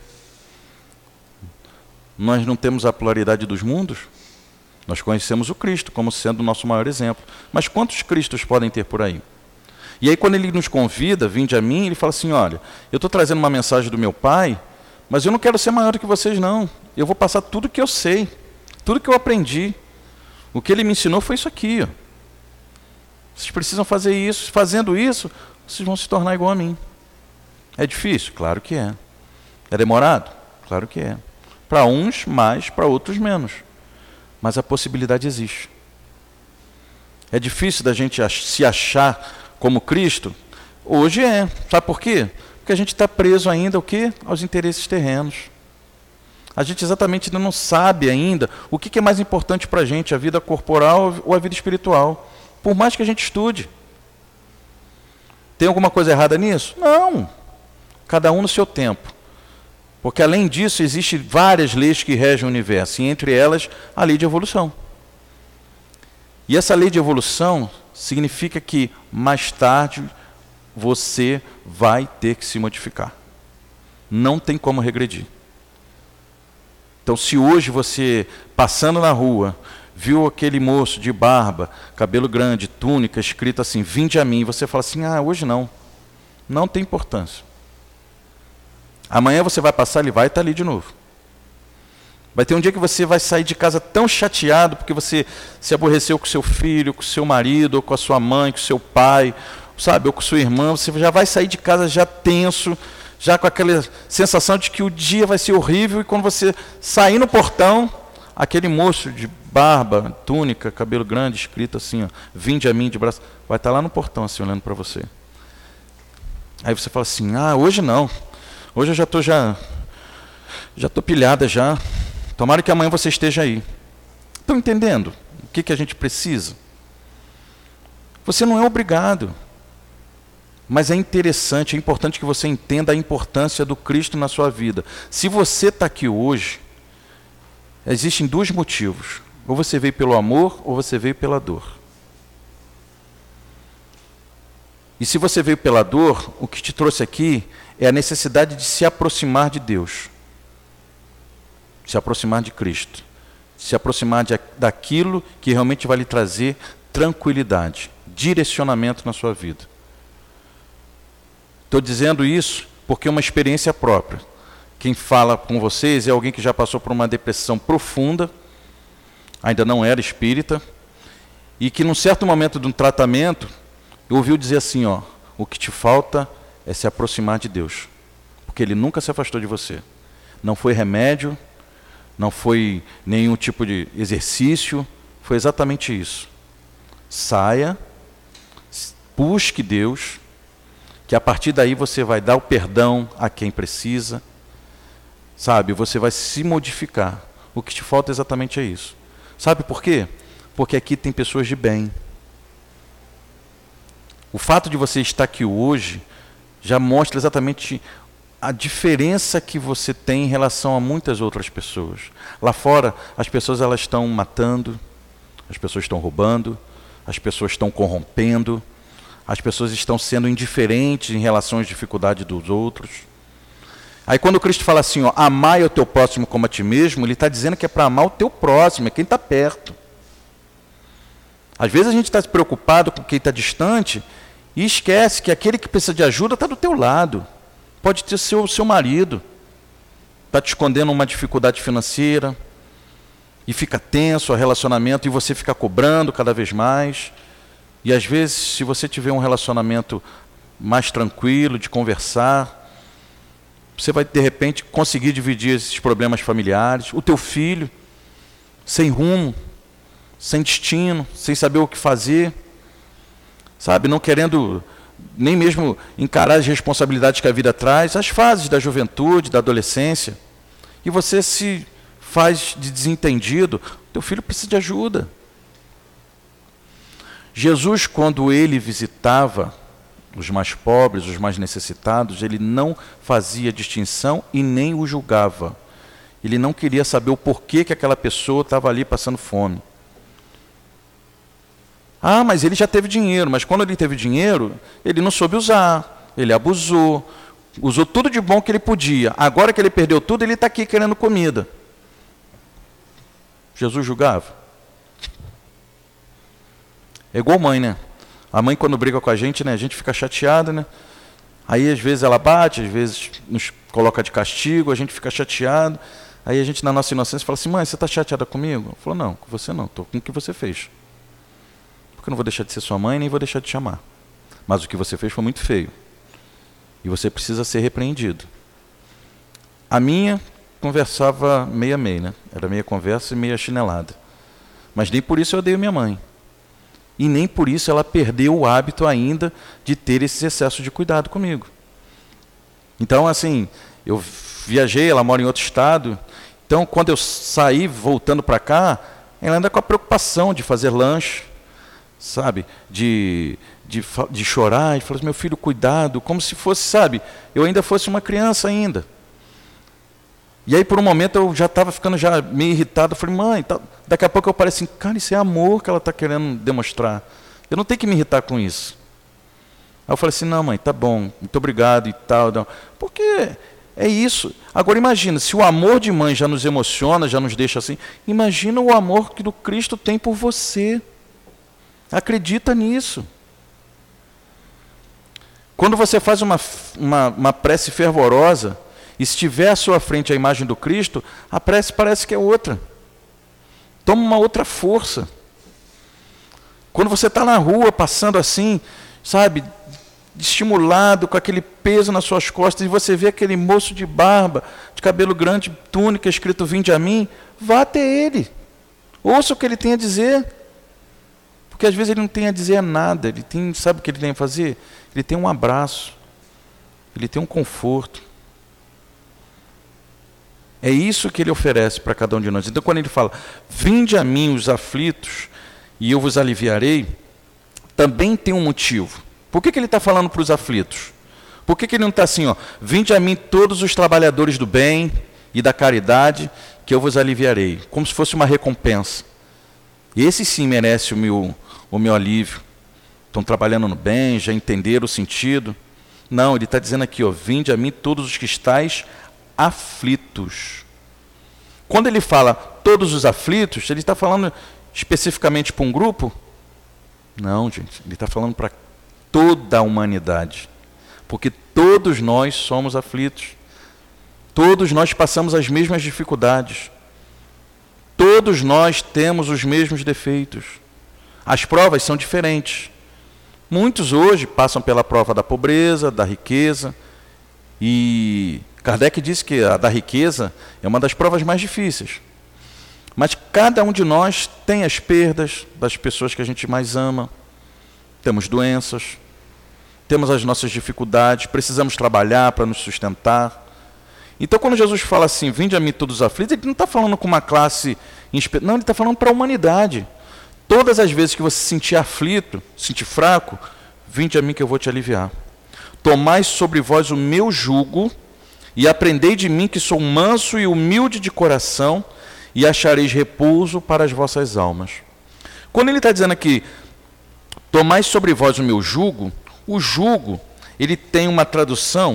Nós não temos a pluralidade dos mundos? Nós conhecemos o Cristo como sendo o nosso maior exemplo. Mas quantos Cristos podem ter por aí? E aí quando ele nos convida, vinde a mim, ele fala assim, olha, eu estou trazendo uma mensagem do meu Pai, mas eu não quero ser maior do que vocês não. Eu vou passar tudo que eu sei, tudo que eu aprendi. O que ele me ensinou foi isso aqui. Ó. Vocês precisam fazer isso. Fazendo isso, vocês vão se tornar igual a mim. É difícil? Claro que é. É demorado? Claro que é. Para uns mais, para outros menos. Mas a possibilidade existe. É difícil da gente se achar como Cristo? Hoje é. Sabe por quê? Porque a gente está preso ainda ao quê? Aos interesses terrenos. A gente exatamente ainda não sabe ainda o que é mais importante para a gente, a vida corporal ou a vida espiritual. Por mais que a gente estude. Tem alguma coisa errada nisso? Não. Cada um no seu tempo. Porque além disso, existem várias leis que regem o universo, e entre elas a lei de evolução. E essa lei de evolução significa que mais tarde você vai ter que se modificar. Não tem como regredir. Então, se hoje você, passando na rua, viu aquele moço de barba, cabelo grande, túnica, escrito assim, vinde a mim, você fala assim, hoje não. Não tem importância. Amanhã você vai passar, ele vai estar ali de novo. Vai ter um dia que você vai sair de casa tão chateado porque você se aborreceu com seu filho, com seu marido, ou com a sua mãe, com seu pai, sabe, ou com sua irmã. Você já vai sair de casa já tenso, já com aquela sensação de que o dia vai ser horrível, e quando você sair no portão, aquele moço de barba, túnica, cabelo grande, escrito assim, ó, vinde a mim de braço, vai estar lá no portão assim, olhando para você. Aí você fala assim, hoje não, hoje eu já estou pilhada já, tomara que amanhã você esteja aí. Estão entendendo o que a gente precisa? Você não é obrigado, mas é interessante, é importante que você entenda a importância do Cristo na sua vida. Se você está aqui hoje, existem dois motivos. Ou você veio pelo amor, ou você veio pela dor. E se você veio pela dor, o que te trouxe aqui é a necessidade de se aproximar de Deus. Se aproximar de Cristo. Se aproximar daquilo que realmente vai lhe trazer tranquilidade, direcionamento na sua vida. Estou dizendo isso porque é uma experiência própria. Quem fala com vocês é alguém que já passou por uma depressão profunda, ainda não era espírita, e que num certo momento de um tratamento, ouviu dizer assim, o que te falta é se aproximar de Deus, porque Ele nunca se afastou de você. Não foi remédio, não foi nenhum tipo de exercício, foi exatamente isso. Saia, busque Deus, que a partir daí você vai dar o perdão a quem precisa, sabe, você vai se modificar. O que te falta exatamente é isso. Sabe por quê? Porque aqui tem pessoas de bem. O fato de você estar aqui hoje já mostra exatamente a diferença que você tem em relação a muitas outras pessoas. Lá fora, as pessoas elas estão matando, as pessoas estão roubando, as pessoas estão corrompendo, as pessoas estão sendo indiferentes em relação às dificuldades dos outros. Aí quando Cristo fala assim, amai o teu próximo como a ti mesmo, Ele está dizendo que é para amar o teu próximo, é quem está perto. Às vezes a gente está preocupado com quem está distante e esquece que aquele que precisa de ajuda está do teu lado. Pode ter seu marido, está te escondendo uma dificuldade financeira e fica tenso o relacionamento e você fica cobrando cada vez mais. E às vezes, se você tiver um relacionamento mais tranquilo, de conversar, você vai de repente conseguir dividir esses problemas familiares. O teu filho, sem rumo, sem destino, sem saber o que fazer, sabe, não querendo nem mesmo encarar as responsabilidades que a vida traz, as fases da juventude, da adolescência, e você se faz de desentendido. Teu filho precisa de ajuda. Jesus, quando Ele visitava os mais pobres, os mais necessitados, Ele não fazia distinção e nem o julgava. Ele não queria saber o porquê que aquela pessoa estava ali passando fome. Mas ele já teve dinheiro, mas quando ele teve dinheiro, ele não soube usar, ele abusou, usou tudo de bom que ele podia. Agora que ele perdeu tudo, ele está aqui querendo comida. Jesus julgava? É igual mãe, né? A mãe quando briga com a gente, né? A gente fica chateada, né? Aí às vezes ela bate, às vezes nos coloca de castigo, a gente fica chateado. Aí a gente na nossa inocência fala assim, mãe, você está chateada comigo? Ela falou, não, com você não, estou com o que você fez. Porque eu não vou deixar de ser sua mãe, nem vou deixar de te amar. Mas o que você fez foi muito feio. E você precisa ser repreendido. A minha conversava meia-meia, né? Era meia conversa e meia chinelada. Mas nem por isso eu odeio minha mãe. E nem por isso ela perdeu o hábito ainda de ter esse excesso de cuidado comigo. Então, assim, eu viajei, ela mora em outro estado. Então, quando eu saí voltando para cá, ela anda com a preocupação de fazer lanche, sabe, de chorar, e falar assim, meu filho, cuidado, como se fosse, sabe, eu ainda fosse uma criança ainda. E aí, por um momento, eu já estava ficando já meio irritado, eu falei, mãe, tá. Daqui a pouco eu parei assim, cara, isso é amor que ela está querendo demonstrar, eu não tenho que me irritar com isso. Aí eu falei assim, não mãe, tá bom, muito obrigado e tal, não. Porque é isso. Agora imagina, se o amor de mãe já nos emociona, já nos deixa assim, imagina o amor que o Cristo tem por você. Acredita nisso. Quando você faz uma prece fervorosa, e se tiver à sua frente a imagem do Cristo, a prece parece que é outra. Toma uma outra força. Quando você está na rua, passando assim, sabe, estimulado, com aquele peso nas suas costas, e você vê aquele moço de barba, de cabelo grande, túnica, escrito "Vinde a mim", vá até ele. Ouça o que ele tem a dizer. Porque às vezes ele não tem a dizer nada. Sabe o que ele tem a fazer? Ele tem um abraço. Ele tem um conforto. É isso que ele oferece para cada um de nós. Então, quando ele fala, "Vinde a mim os aflitos, e eu vos aliviarei", também tem um motivo. Por que ele está falando para os aflitos? Por que ele não está assim, "Vinde a mim todos os trabalhadores do bem e da caridade, que eu vos aliviarei", como se fosse uma recompensa. Esse sim merece o meu alívio. Estão trabalhando no bem, já entenderam o sentido. Não, ele está dizendo aqui, "Vinde a mim todos os que estáis aflitos". Quando ele fala todos os aflitos, ele está falando especificamente para um grupo? Não, gente, ele está falando para toda a humanidade. Porque todos nós somos aflitos. Todos nós passamos as mesmas dificuldades. Todos nós temos os mesmos defeitos. As provas são diferentes. Muitos hoje passam pela prova da pobreza, da riqueza. E Kardec disse que a da riqueza é uma das provas mais difíceis. Mas cada um de nós tem as perdas das pessoas que a gente mais ama. Temos doenças, temos as nossas dificuldades, precisamos trabalhar para nos sustentar. Então, quando Jesus fala assim, "Vinde a mim todos os aflitos", ele não está falando com uma classe, não, ele está falando para a humanidade. Todas as vezes que você se sentir aflito, sentir fraco, "Vinde a mim que eu vou te aliviar. Tomai sobre vós o meu jugo e aprendei de mim, que sou manso e humilde de coração, e achareis repouso para as vossas almas". Quando ele está dizendo aqui, "Tomai sobre vós o meu jugo", o jugo, ele tem uma tradução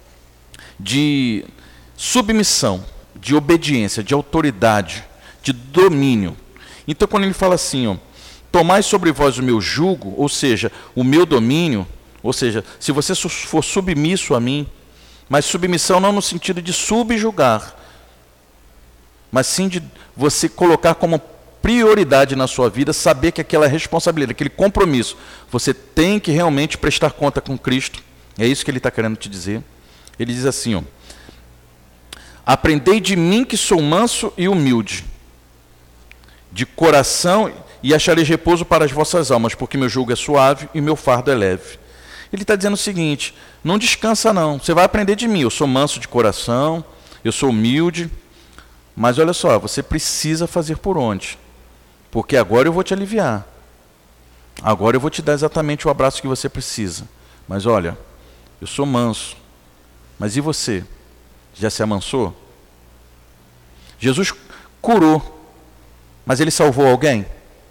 de submissão, de obediência, de autoridade, de domínio. Então, quando ele fala assim, "Tomai sobre vós o meu jugo", ou seja, o meu domínio, ou seja, se você for submisso a mim, mas submissão não no sentido de subjugar, mas sim de você colocar como prioridade na sua vida, saber que aquela responsabilidade, aquele compromisso, você tem que realmente prestar conta com Cristo. É isso que ele está querendo te dizer. Ele diz assim, "Aprendei de mim, que sou manso e humilde de coração, e achareis repouso para as vossas almas, porque meu jugo é suave e meu fardo é leve". Ele está dizendo o seguinte, não descansa não, você vai aprender de mim, eu sou manso de coração, eu sou humilde, mas olha só, você precisa fazer por onde? Porque agora eu vou te aliviar. Agora eu vou te dar exatamente o abraço que você precisa. Mas olha, eu sou manso. Mas e você? Já se amansou? Jesus curou, mas ele salvou alguém?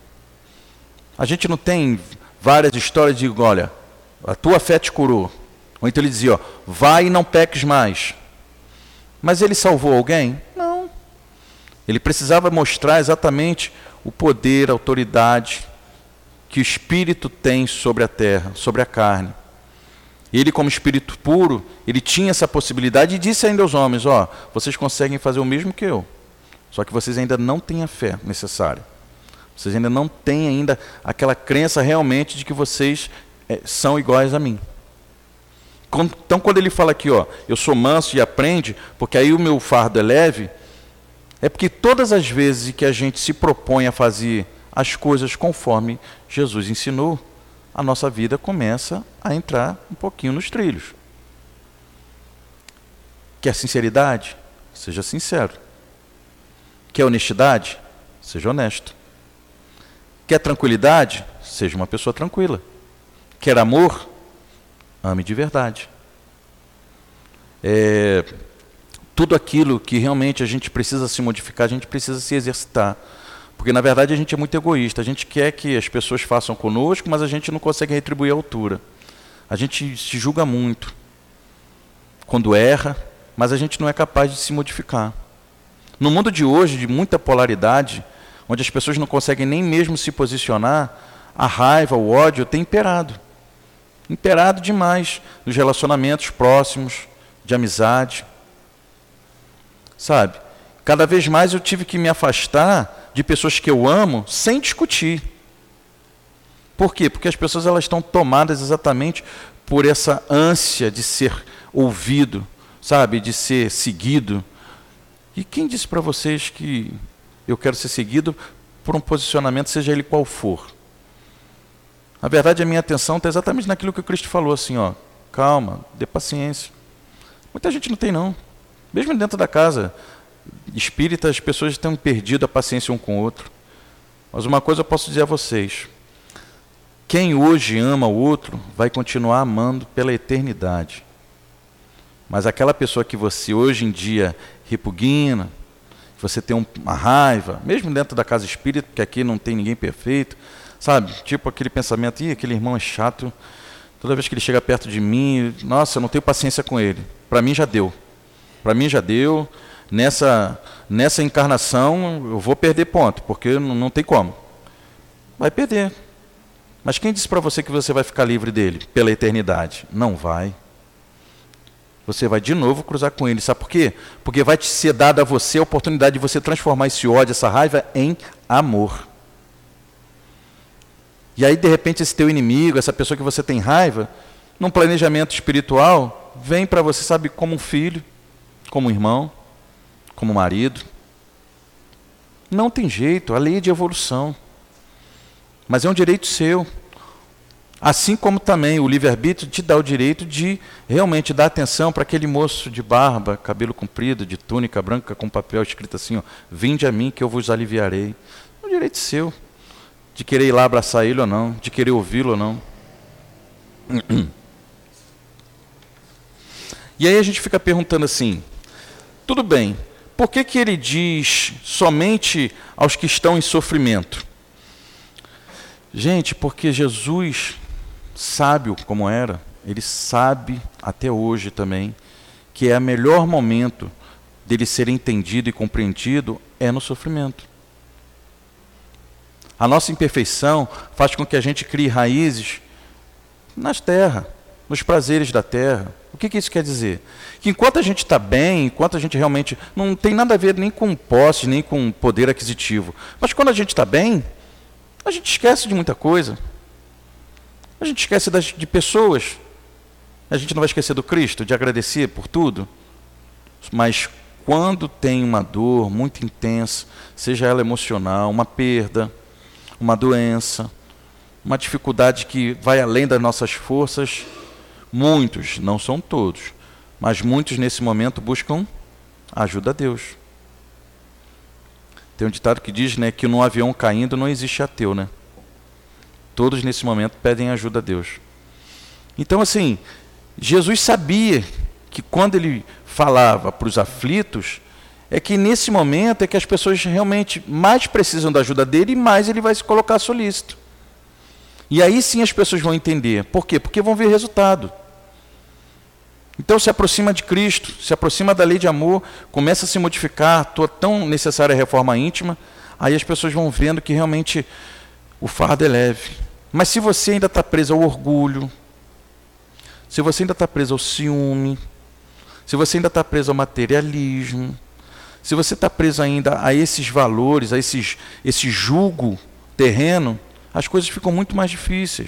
A gente não tem várias histórias de, olha, a tua fé te curou. Ou então ele dizia, vai e não peques mais. Mas ele salvou alguém? Não. Ele precisava mostrar exatamente o poder, a autoridade que o Espírito tem sobre a terra, sobre a carne. Ele, como Espírito puro, ele tinha essa possibilidade e disse ainda aos homens, vocês conseguem fazer o mesmo que eu, só que vocês ainda não têm a fé necessária. Vocês ainda não têm ainda aquela crença realmente de que vocês são iguais a mim. Então, quando ele fala aqui, eu sou manso e aprende, porque aí o meu fardo é leve, é porque todas as vezes que a gente se propõe a fazer as coisas conforme Jesus ensinou, a nossa vida começa a entrar um pouquinho nos trilhos. Quer sinceridade? Seja sincero. Quer honestidade? Seja honesto. Quer tranquilidade? Seja uma pessoa tranquila. Quer amor? Ame de verdade. Tudo aquilo que realmente a gente precisa se modificar, a gente precisa se exercitar. Porque, na verdade, a gente é muito egoísta. A gente quer que as pessoas façam conosco, mas a gente não consegue retribuir a altura. A gente se julga muito quando erra, mas a gente não é capaz de se modificar. No mundo de hoje, de muita polaridade, onde as pessoas não conseguem nem mesmo se posicionar, a raiva, o ódio tem imperado. Imperado demais nos relacionamentos próximos, de amizade. Sabe? Cada vez mais eu tive que me afastar de pessoas que eu amo sem discutir. Por quê? Porque as pessoas elas estão tomadas exatamente por essa ânsia de ser ouvido, sabe, de ser seguido. E quem disse para vocês que eu quero ser seguido por um posicionamento, seja ele qual for? Na verdade, a minha atenção está exatamente naquilo que o Cristo falou, assim, ó, calma, dê paciência. Muita gente não tem, não. Mesmo dentro da casa espírita, as pessoas têm perdido a paciência um com o outro. Mas uma coisa eu posso dizer a vocês: quem hoje ama o outro vai continuar amando pela eternidade. Mas aquela pessoa que você hoje em dia repugna, você tem uma raiva, mesmo dentro da casa espírita, porque aqui não tem ninguém perfeito, sabe? Tipo aquele pensamento, aquele irmão é chato, toda vez que ele chega perto de mim, nossa, eu não tenho paciência com ele. Para mim já deu. Para mim já deu. Nessa encarnação eu vou perder ponto, porque não tem como. Vai perder. Mas quem disse para você que você vai ficar livre dele pela eternidade? Não vai. Você vai de novo cruzar com ele. Sabe por quê? Porque vai te ser dada a você a oportunidade de você transformar esse ódio, essa raiva em amor. E aí, de repente, esse teu inimigo, essa pessoa que você tem raiva, num planejamento espiritual, vem para você, sabe, como um filho, como um irmão, como um marido. Não tem jeito, a lei é de evolução. Mas é um direito seu. Assim como também o livre-arbítrio te dá o direito de realmente dar atenção para aquele moço de barba, cabelo comprido, de túnica branca, com papel escrito assim, ó, vinde a mim que eu vos aliviarei. É um direito seu, de querer ir lá abraçar ele ou não, de querer ouvi-lo ou não. E aí a gente fica perguntando assim, tudo bem, por que ele diz somente aos que estão em sofrimento? Gente, porque Jesus, sábio como era, ele sabe até hoje também que é o melhor momento dele ser entendido e compreendido é no sofrimento. A nossa imperfeição faz com que a gente crie raízes nas terras, nos prazeres da terra. O que isso quer dizer? Que enquanto a gente está bem, enquanto a gente realmente não tem nada a ver nem com posse, nem com poder aquisitivo, mas quando a gente está bem, a gente esquece de muita coisa. A gente esquece de pessoas. A gente não vai esquecer do Cristo, de agradecer por tudo. Mas quando tem uma dor muito intensa, seja ela emocional, uma perda, uma doença, uma dificuldade que vai além das nossas forças, muitos, não são todos, mas muitos nesse momento buscam ajuda a Deus. Tem um ditado que diz, né, que num avião caindo não existe ateu, né? Todos nesse momento pedem ajuda a Deus. Então, assim, Jesus sabia que quando ele falava para os aflitos, é que nesse momento é que as pessoas realmente mais precisam da ajuda dele e mais ele vai se colocar solícito. E aí sim as pessoas vão entender. Por quê? Porque vão ver resultado. Então se aproxima de Cristo, se aproxima da lei de amor, começa a se modificar, a tão necessária reforma íntima, aí as pessoas vão vendo que realmente o fardo é leve. Mas se você ainda está preso ao orgulho, se você ainda está preso ao ciúme, se você ainda está preso ao materialismo, se você está preso ainda a esses valores, a esse jugo terreno, as coisas ficam muito mais difíceis.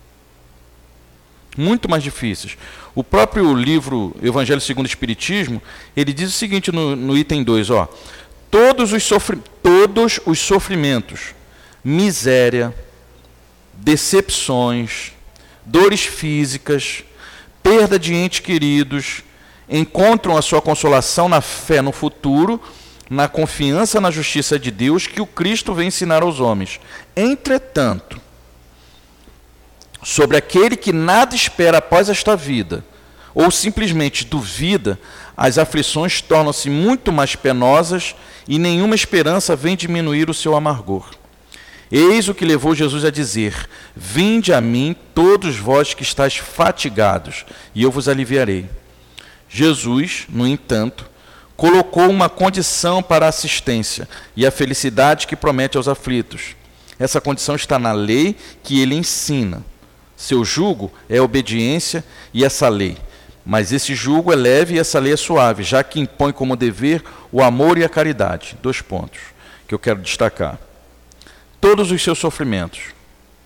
Muito mais difíceis. O próprio livro Evangelho segundo o Espiritismo, ele diz o seguinte no item 2, ó, todos os sofrimentos, miséria, decepções, dores físicas, perda de entes queridos, encontram a sua consolação na fé no futuro, na confiança na justiça de Deus que o Cristo vem ensinar aos homens. Entretanto, sobre aquele que nada espera após esta vida, ou simplesmente duvida, as aflições tornam-se muito mais penosas e nenhuma esperança vem diminuir o seu amargor. Eis o que levou Jesus a dizer, vinde a mim todos vós que estáis fatigados, e eu vos aliviarei. Jesus, no entanto, colocou uma condição para a assistência e a felicidade que promete aos aflitos. Essa condição está na lei que ele ensina. Seu jugo é a obediência e essa lei. Mas esse jugo é leve e essa lei é suave, já que impõe como dever o amor e a caridade. 2 pontos que eu quero destacar. Todos os seus sofrimentos,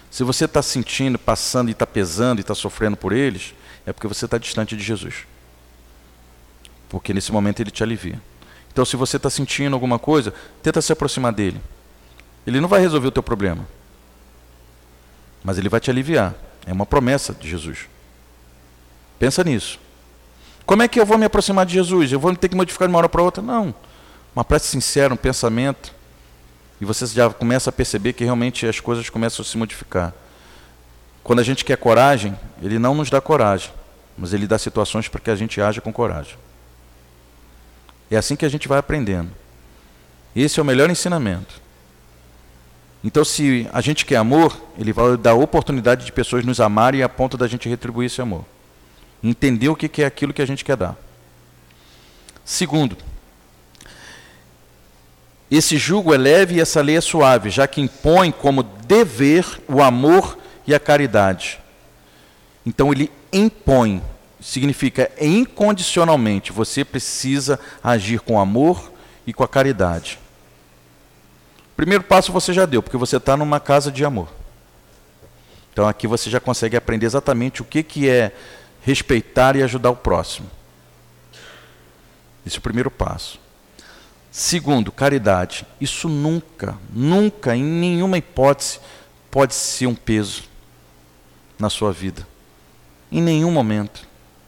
Se você está sentindo, passando e está pesando e está sofrendo por eles, é porque você está distante de Jesus. Porque nesse momento ele te alivia. Então, se você está sentindo alguma coisa, tenta se aproximar dele. Ele não vai resolver o teu problema, mas ele vai te aliviar. É uma promessa de Jesus. Pensa nisso. Como é que eu vou me aproximar de Jesus? Eu vou ter que modificar de uma hora para outra? Não. Uma prece sincera, um pensamento, e você já começa a perceber que realmente as coisas começam a se modificar. Quando a gente quer coragem, ele não nos dá coragem, mas ele dá situações para que a gente haja com coragem. É assim que a gente vai aprendendo. Esse é o melhor ensinamento. Então, se a gente quer amor, ele vai dar oportunidade de pessoas nos amarem a ponto da gente retribuir esse amor. Entender o que é aquilo que a gente quer dar. Segundo, esse jugo é leve e essa lei é suave, já que impõe como dever o amor e a caridade. Então ele impõe, significa incondicionalmente, você precisa agir com amor e com a caridade. Primeiro passo você já deu, porque você está numa casa de amor. Então aqui você já consegue aprender exatamente o que é respeitar e ajudar o próximo. Esse é o primeiro passo. Segundo, caridade. Isso nunca, nunca, em nenhuma hipótese, pode ser um peso na sua vida. Em nenhum momento.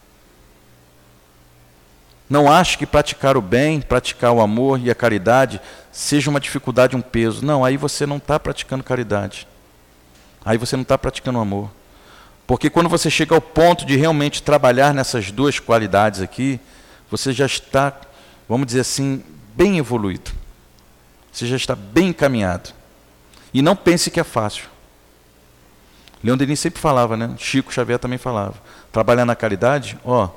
Não ache que praticar o bem, praticar o amor e a caridade seja uma dificuldade, um peso. Não, aí você não está praticando caridade. Aí você não está praticando amor. Porque quando você chega ao ponto de realmente trabalhar nessas duas qualidades aqui, você já está, vamos dizer assim, bem evoluído. Você já está bem encaminhado. E não pense que é fácil. Leon Denis sempre falava, né? Chico Xavier também falava. Trabalhar na caridade,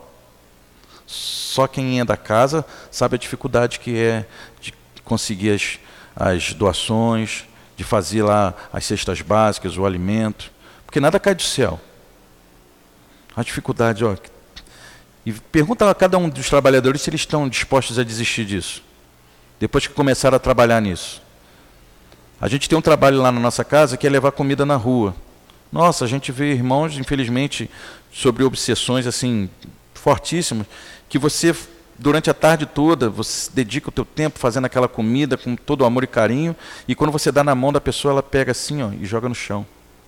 só quem é da casa sabe a dificuldade que é de conseguir as doações, de fazer lá as cestas básicas, o alimento. Porque nada cai do céu. A dificuldade, E pergunta a cada um dos trabalhadores se eles estão dispostos a desistir disso. Depois que começaram a trabalhar nisso. A gente tem um trabalho lá na nossa casa que é levar comida na rua. Nossa, a gente vê irmãos, infelizmente, sobre obsessões assim fortíssimas, que você, durante a tarde toda, você dedica o teu tempo fazendo aquela comida com todo o amor e carinho, e quando você dá na mão da pessoa, ela pega assim, e joga no chão.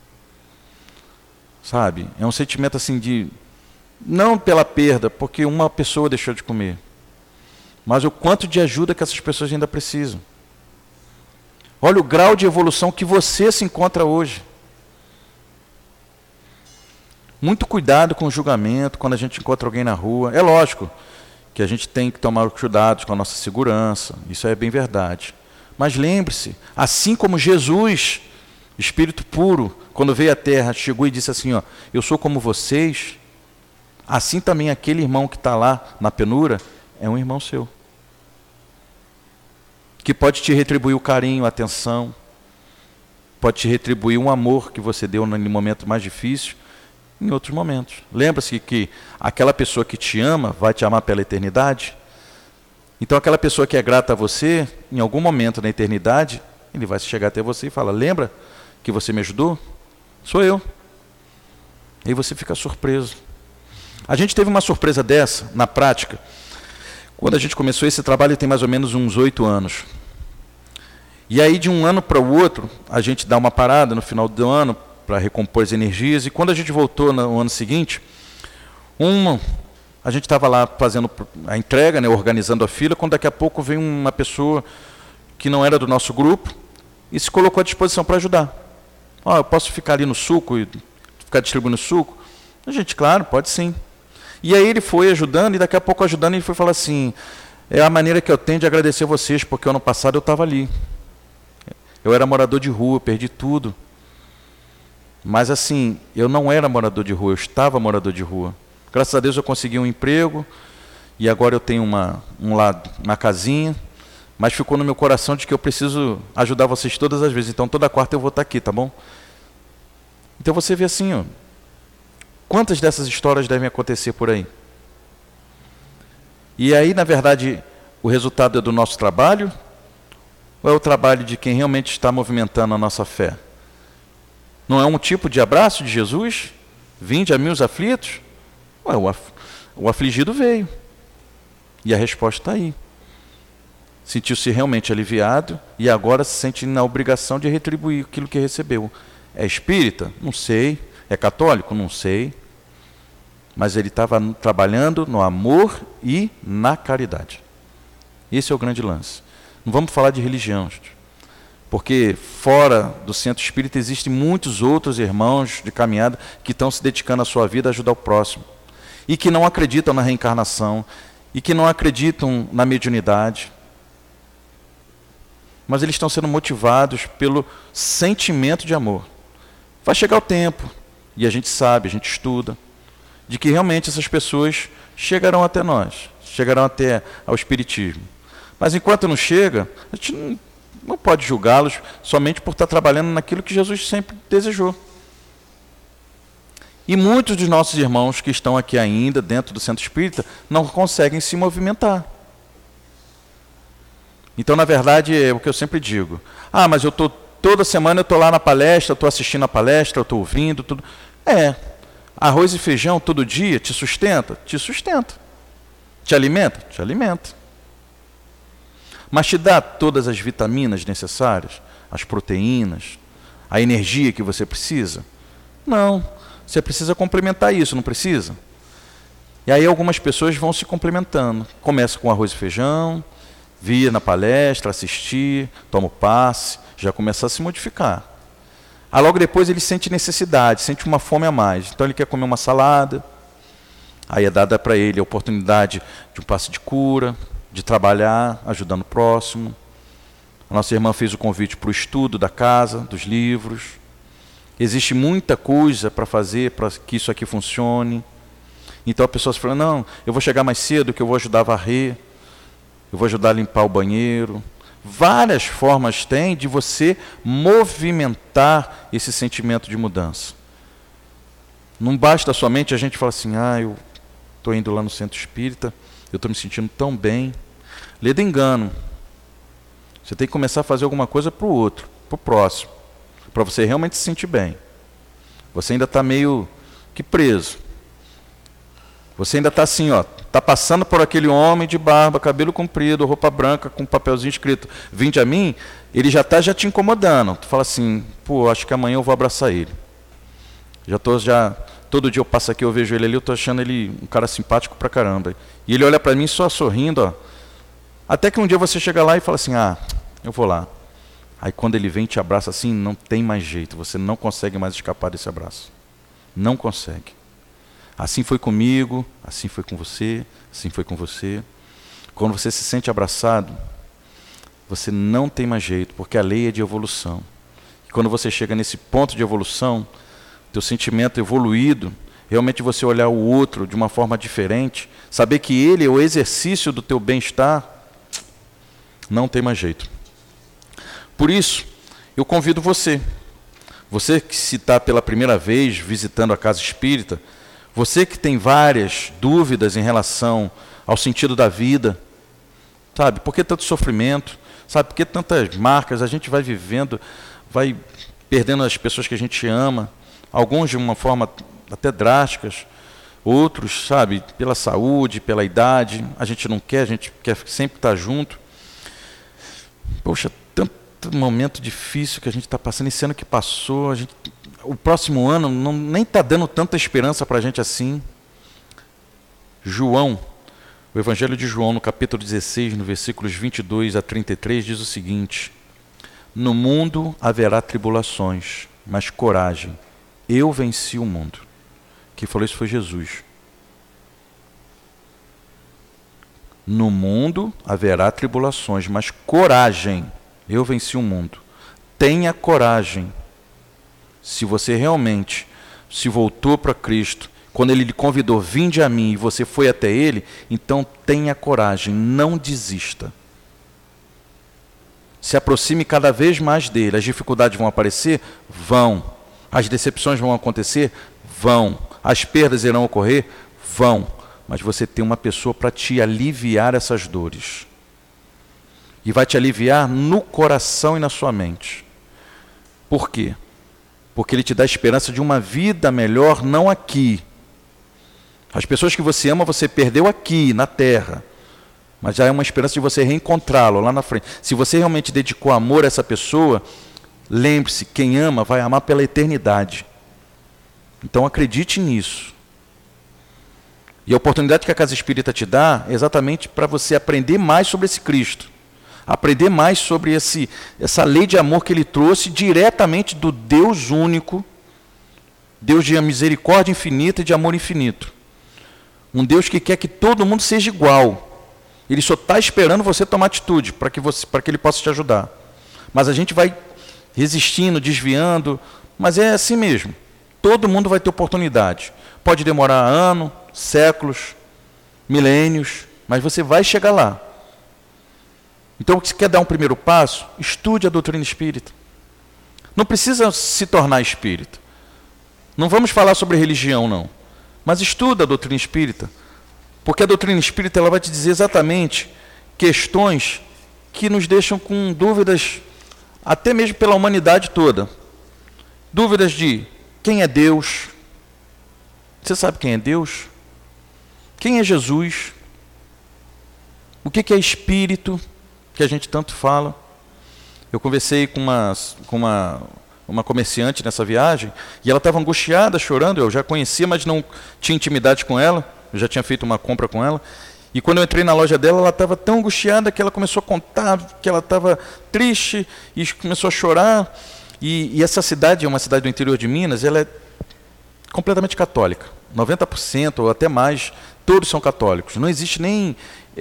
Sabe? É um sentimento assim de... Não pela perda, porque uma pessoa deixou de comer, mas o quanto de ajuda que essas pessoas ainda precisam. Olha o grau de evolução que você se encontra hoje. Muito cuidado com o julgamento quando a gente encontra alguém na rua. É lógico que a gente tem que tomar cuidados com a nossa segurança, isso é bem verdade. Mas lembre-se, assim como Jesus, Espírito puro, quando veio à Terra, chegou e disse assim, eu sou como vocês, assim também aquele irmão que está lá na penura é um irmão seu. Que pode te retribuir o carinho, a atenção, pode te retribuir um amor que você deu no momento mais difícil, em outros momentos. Lembra-se que aquela pessoa que te ama vai te amar pela eternidade? Então aquela pessoa que é grata a você, em algum momento na eternidade, ele vai chegar até você e falar, lembra que você me ajudou? Sou eu. E aí você fica surpreso. A gente teve uma surpresa dessa, na prática, quando a gente começou esse trabalho tem mais ou menos uns 8 anos. E aí de um ano para o outro, a gente dá uma parada no final do ano para recompor as energias. E quando a gente voltou no ano seguinte, a gente estava lá fazendo a entrega, né, organizando a fila, quando daqui a pouco vem uma pessoa que não era do nosso grupo e se colocou à disposição para ajudar. Eu posso ficar ali no suco e ficar distribuindo suco? A gente, claro, pode sim. E aí ele foi ajudando, e daqui a pouco ajudando, ele foi falar assim, é a maneira que eu tenho de agradecer vocês, porque ano passado eu estava ali. Eu era morador de rua, perdi tudo. Mas assim, eu não era morador de rua, eu estava morador de rua. Graças a Deus eu consegui um emprego, e agora eu tenho uma casinha, mas ficou no meu coração de que eu preciso ajudar vocês todas as vezes, então toda quarta eu vou estar aqui, tá bom? Então você vê assim, quantas dessas histórias devem acontecer por aí? E aí, na verdade, o resultado é do nosso trabalho, ou é o trabalho de quem realmente está movimentando a nossa fé? Não é um tipo de abraço de Jesus? Vinde a mim os aflitos? Ué, o afligido veio. E a resposta está aí. Sentiu-se realmente aliviado e agora se sente na obrigação de retribuir aquilo que recebeu. É espírita? Não sei. É católico? Não sei. Mas ele estava trabalhando no amor e na caridade. Esse é o grande lance. Não vamos falar de religião, gente. Porque fora do centro espírita existem muitos outros irmãos de caminhada que estão se dedicando a sua vida a ajudar o próximo. E que não acreditam na reencarnação. E que não acreditam na mediunidade. Mas eles estão sendo motivados pelo sentimento de amor. Vai chegar o tempo, e a gente sabe, a gente estuda, de que realmente essas pessoas chegarão até nós, chegarão até ao Espiritismo. Mas enquanto não chega, a gente não pode julgá-los somente por estar trabalhando naquilo que Jesus sempre desejou. E muitos dos nossos irmãos que estão aqui ainda, dentro do centro espírita, não conseguem se movimentar. Então, na verdade, é o que eu sempre digo. Mas toda semana eu estou lá na palestra, estou assistindo a palestra, estou ouvindo, tudo. Arroz e feijão todo dia te sustenta? Te sustenta. Te alimenta? Te alimenta. Mas te dá todas as vitaminas necessárias, as proteínas, a energia que você precisa? Não. Você precisa complementar isso, não precisa? E aí algumas pessoas vão se complementando. Começa com arroz e feijão, vir na palestra, assistir, toma o passe, já começa a se modificar. Aí logo depois ele sente necessidade, sente uma fome a mais. Então ele quer comer uma salada, aí é dada para ele a oportunidade de um passe de cura, de trabalhar, ajudando o próximo. A nossa irmã fez o convite para o estudo da casa, dos livros. Existe muita coisa para fazer para que isso aqui funcione. Então a pessoa se fala, não, eu vou chegar mais cedo que eu vou ajudar a varrer, eu vou ajudar a limpar o banheiro. Várias formas tem de você movimentar esse sentimento de mudança. Não basta somente a gente falar assim, eu estou indo lá no centro espírita, eu estou me sentindo tão bem. Lê do engano. Você tem que começar a fazer alguma coisa para o outro, para o próximo, para você realmente se sentir bem. Você ainda está meio que preso. Você ainda está assim, está passando por aquele homem de barba, cabelo comprido, roupa branca, com um papelzinho escrito, vinde a mim, ele já está te incomodando. Tu fala assim, acho que amanhã eu vou abraçar ele. Todo dia eu passo aqui, eu vejo ele ali, eu estou achando ele um cara simpático pra caramba. E ele olha para mim só sorrindo, Até que um dia você chega lá e fala assim, eu vou lá. Aí quando ele vem e te abraça assim, não tem mais jeito, você não consegue mais escapar desse abraço. Não consegue. Assim foi comigo, assim foi com você, assim foi com você. Quando você se sente abraçado, você não tem mais jeito, porque a lei é de evolução. E quando você chega nesse ponto de evolução, teu sentimento evoluído, realmente você olhar o outro de uma forma diferente, saber que ele é o exercício do teu bem-estar, não tem mais jeito. Por isso, eu convido você que se está pela primeira vez visitando a casa espírita, você que tem várias dúvidas em relação ao sentido da vida, sabe, por que tanto sofrimento, sabe, por que tantas marcas, a gente vai vivendo, vai perdendo as pessoas que a gente ama, alguns de uma forma até drásticas, outros, sabe, pela saúde, pela idade, a gente não quer, a gente quer sempre estar junto. Poxa, tanto momento difícil que a gente está passando, esse ano que passou, o próximo ano nem está dando tanta esperança para a gente assim. João, o Evangelho de João, no capítulo 16, no versículos 22 a 33, diz o seguinte: no mundo haverá tribulações, mas coragem, eu venci o mundo. Quem falou isso foi Jesus. No mundo haverá tribulações, mas coragem, eu venci o mundo. Tenha coragem. Se você realmente se voltou para Cristo, quando Ele lhe convidou, vinde a mim, e você foi até Ele, então tenha coragem, não desista. Se aproxime cada vez mais dEle. As dificuldades vão aparecer? Vão. As decepções vão acontecer? Vão. As perdas irão ocorrer? Vão. Mas você tem uma pessoa para te aliviar essas dores. E vai te aliviar no coração e na sua mente. Por quê? porque ele te dá a esperança de uma vida melhor, não aqui. As pessoas que você ama, você perdeu aqui, na terra. Mas já é uma esperança de você reencontrá-lo lá na frente. Se você realmente dedicou amor a essa pessoa, lembre-se, quem ama vai amar pela eternidade. Então acredite nisso. E a oportunidade que a Casa Espírita te dá é exatamente para você aprender mais sobre esse Cristo. Aprender mais sobre essa lei de amor que ele trouxe diretamente do Deus único, Deus de misericórdia infinita e de amor infinito. Um Deus que quer que todo mundo seja igual. Ele só está esperando você tomar atitude para que ele possa te ajudar. Mas a gente vai resistindo, desviando, mas é assim mesmo. Todo mundo vai ter oportunidade. Pode demorar anos, séculos, milênios, mas você vai chegar lá. Então, se quer dar um primeiro passo, estude a doutrina espírita. Não precisa se tornar espírita. Não vamos falar sobre religião, não. Mas estuda a doutrina espírita. Porque a doutrina espírita ela vai te dizer exatamente questões que nos deixam com dúvidas, até mesmo pela humanidade toda. Dúvidas de quem é Deus. Você sabe quem é Deus? Quem é Jesus? O que é espírito, que a gente tanto fala? Eu conversei com uma comerciante nessa viagem, e ela estava angustiada, chorando. Eu já conhecia, mas não tinha intimidade com ela. Eu já tinha feito uma compra com ela. E quando eu entrei na loja dela, ela estava tão angustiada que ela começou a contar que ela estava triste e começou a chorar. E essa cidade é uma cidade do interior de Minas, ela é completamente católica. 90% ou até mais, todos são católicos. Não existe nem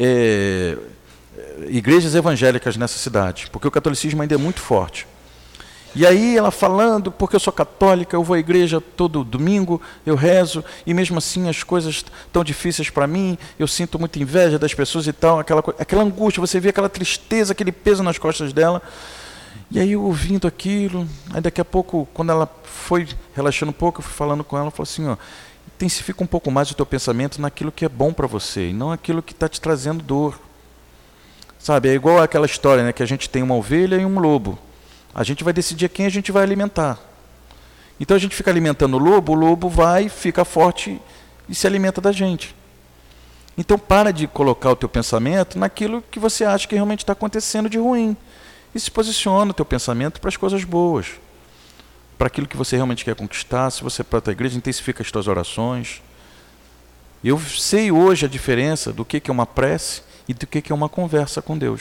igrejas evangélicas nessa cidade, porque o catolicismo ainda é muito forte. E aí ela falando, porque eu sou católica, eu vou à igreja todo domingo, eu rezo, e mesmo assim as coisas tão difíceis para mim, eu sinto muita inveja das pessoas e tal, aquela angústia, você vê aquela tristeza, aquele peso nas costas dela. E aí eu ouvindo aquilo, aí daqui a pouco, quando ela foi relaxando um pouco, eu fui falando com ela, ela falou assim, ó, intensifica um pouco mais o teu pensamento naquilo que é bom para você, e não aquilo que está te trazendo dor. Sabe, é igual aquela história, né, que a gente tem uma ovelha e um lobo. A gente vai decidir quem a gente vai alimentar. Então a gente fica alimentando o lobo vai, fica forte e se alimenta da gente. Então para de colocar o teu pensamento naquilo que você acha que realmente está acontecendo de ruim. E se posiciona o teu pensamento para as coisas boas. Para aquilo que você realmente quer conquistar. Se você é para a tua igreja, intensifica as tuas orações. Eu sei hoje a diferença do que é uma prece e do que é uma conversa com Deus.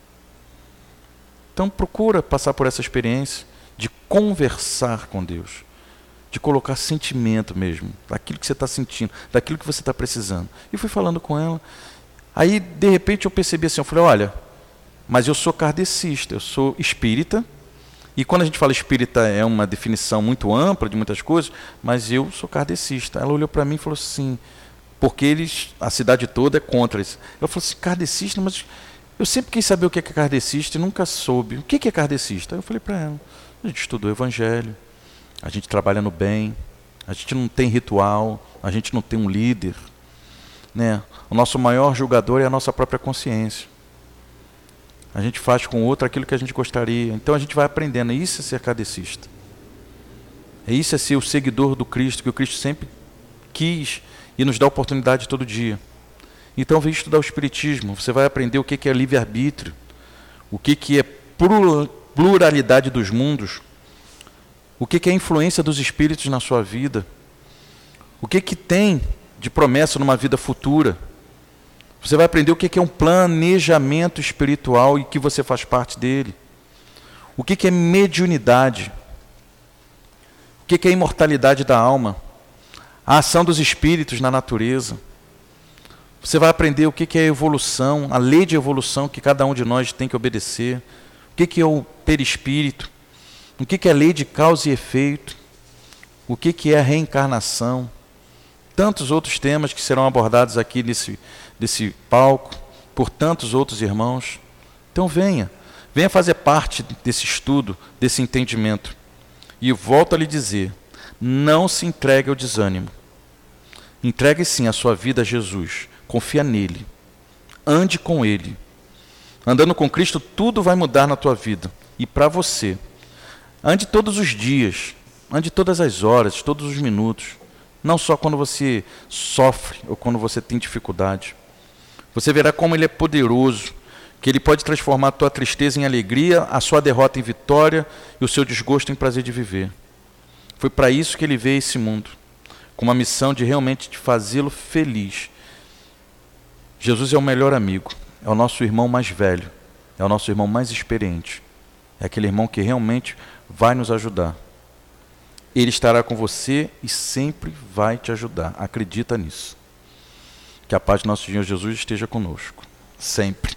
Então procura passar por essa experiência de conversar com Deus, de colocar sentimento mesmo, daquilo que você está sentindo, daquilo que você está precisando. E fui falando com ela. Aí, de repente, eu percebi assim, eu falei, olha, mas eu sou kardecista, eu sou espírita, e quando a gente fala espírita é uma definição muito ampla de muitas coisas, mas eu sou kardecista. Ela olhou para mim e falou assim, porque a cidade toda é contra isso. Ela falou assim, kardecista, mas eu sempre quis saber o que é kardecista e nunca soube. O que é kardecista? Eu falei para ela, a gente estudou o evangelho, a gente trabalha no bem, a gente não tem ritual, a gente não tem um líder, né? O nosso maior julgador é a nossa própria consciência. A gente faz com o outro aquilo que a gente gostaria. Então a gente vai aprendendo. Isso é ser kardecista. Isso é ser o seguidor do Cristo, que o Cristo sempre quis e nos dá oportunidade todo dia. Então vem estudar o Espiritismo. Você vai aprender o que é livre-arbítrio, o que é pluralidade dos mundos, o que é a influência dos espíritos na sua vida, o que tem de promessa numa vida futura. Você vai aprender o que é um planejamento espiritual e que você faz parte dele. O que é mediunidade, o que é a imortalidade da alma, a ação dos espíritos na natureza. Você vai aprender o que é a evolução, a lei de evolução que cada um de nós tem que obedecer. O que é o perispírito, o que é a lei de causa e efeito, o que é a reencarnação. Tantos outros temas que serão abordados aqui nesse palco, por tantos outros irmãos. Então venha fazer parte desse estudo, desse entendimento. E volto a lhe dizer, não se entregue ao desânimo. Entregue sim a sua vida a Jesus. Confia nele. Ande com ele. Andando com Cristo, tudo vai mudar na tua vida. E para você. Ande todos os dias. ande todas as horas, todos os minutos, não só quando você sofre ou quando você tem dificuldade. Você verá como Ele é poderoso, que Ele pode transformar a tua tristeza em alegria, a sua derrota em vitória e o seu desgosto em prazer de viver. Foi para isso que Ele veio a esse mundo, com uma missão de realmente fazê-lo feliz. Jesus é o melhor amigo, é o nosso irmão mais velho, é o nosso irmão mais experiente, é aquele irmão que realmente vai nos ajudar. Ele estará com você e sempre vai te ajudar. Acredita nisso. Que a paz de nosso Senhor Jesus esteja conosco, sempre.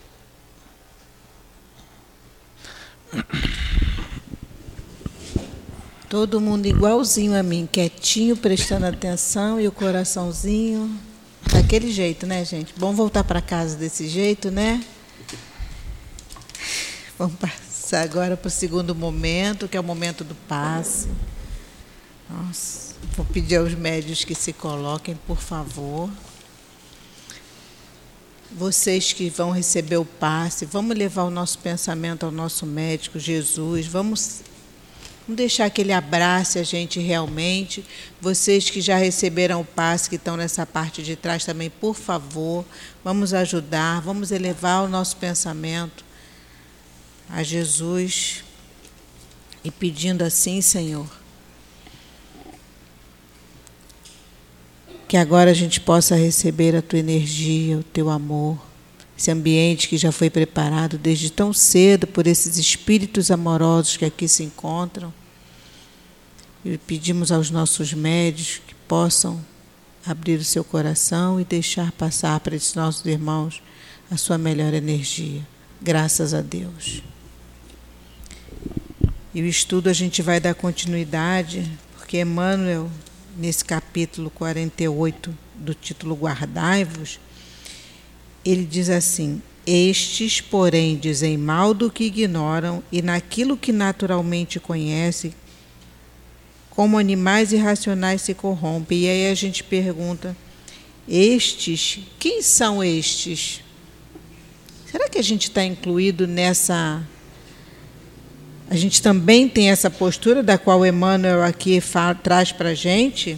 Todo mundo igualzinho a mim, quietinho, prestando atenção e o coraçãozinho daquele jeito, né, gente? Bom voltar para casa desse jeito, né? Vamos passar agora para o segundo momento, que é o momento do passe. Nossa, vou pedir aos médios que se coloquem, por favor. Vocês que vão receber o passe, vamos levar o nosso pensamento ao nosso médico, Jesus. Vamos deixar que Ele abrace a gente realmente. Vocês que já receberam o passe, que estão nessa parte de trás também, por favor, vamos ajudar, vamos elevar o nosso pensamento a Jesus e pedindo assim, Senhor, que agora a gente possa receber a Tua energia, o Teu amor, esse ambiente que já foi preparado desde tão cedo por esses espíritos amorosos que aqui se encontram. E pedimos aos nossos médios que possam abrir o seu coração e deixar passar para esses nossos irmãos a sua melhor energia. Graças a Deus. E o estudo a gente vai dar continuidade, porque Emmanuel, nesse capítulo 48 do título Guardai-vos, ele diz assim: estes, porém, dizem mal do que ignoram e naquilo que naturalmente conhecem, como animais irracionais se corrompem. E aí a gente pergunta, estes, quem são estes? Será que a gente está incluído nessa... A gente também tem essa postura da qual Emmanuel aqui traz para a gente?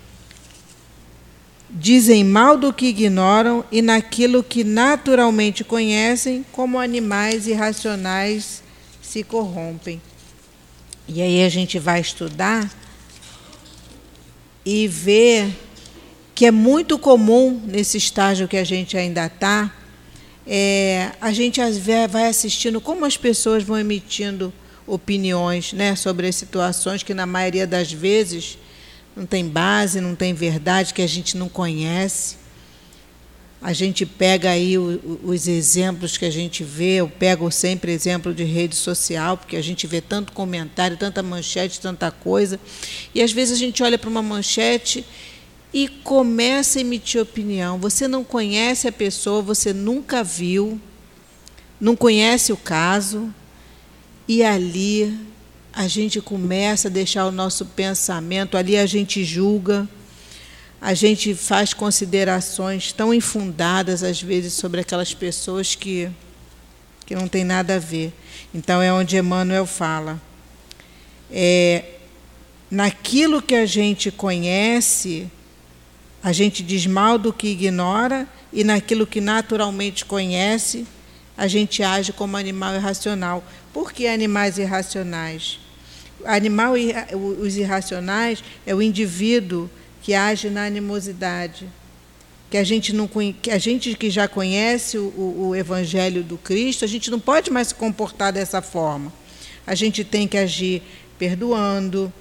Dizem mal do que ignoram e naquilo que naturalmente conhecem, como animais irracionais se corrompem. E aí a gente vai estudar e ver que é muito comum nesse estágio que a gente ainda está, a gente vai assistindo como as pessoas vão emitindo opiniões, né, sobre as situações que na maioria das vezes não tem base, não tem verdade, que a gente não conhece. A gente pega aí os exemplos que a gente vê, eu pego sempre exemplo de rede social, porque a gente vê tanto comentário, tanta manchete, tanta coisa, e às vezes a gente olha para uma manchete e começa a emitir opinião. Você não conhece a pessoa, você nunca viu, não conhece o caso, e ali a gente começa a deixar o nosso pensamento, ali a gente julga, a gente faz considerações tão infundadas, às vezes, sobre aquelas pessoas que não tem nada a ver. Então, é onde Emmanuel fala. Naquilo que a gente conhece, a gente diz mal do que ignora, e naquilo que naturalmente conhece, a gente age como animal irracional. Por que animais irracionais? Os irracionais é o indivíduo que age na animosidade, que a gente que já conhece o Evangelho do Cristo, a gente não pode mais se comportar dessa forma. A gente tem que agir perdoando,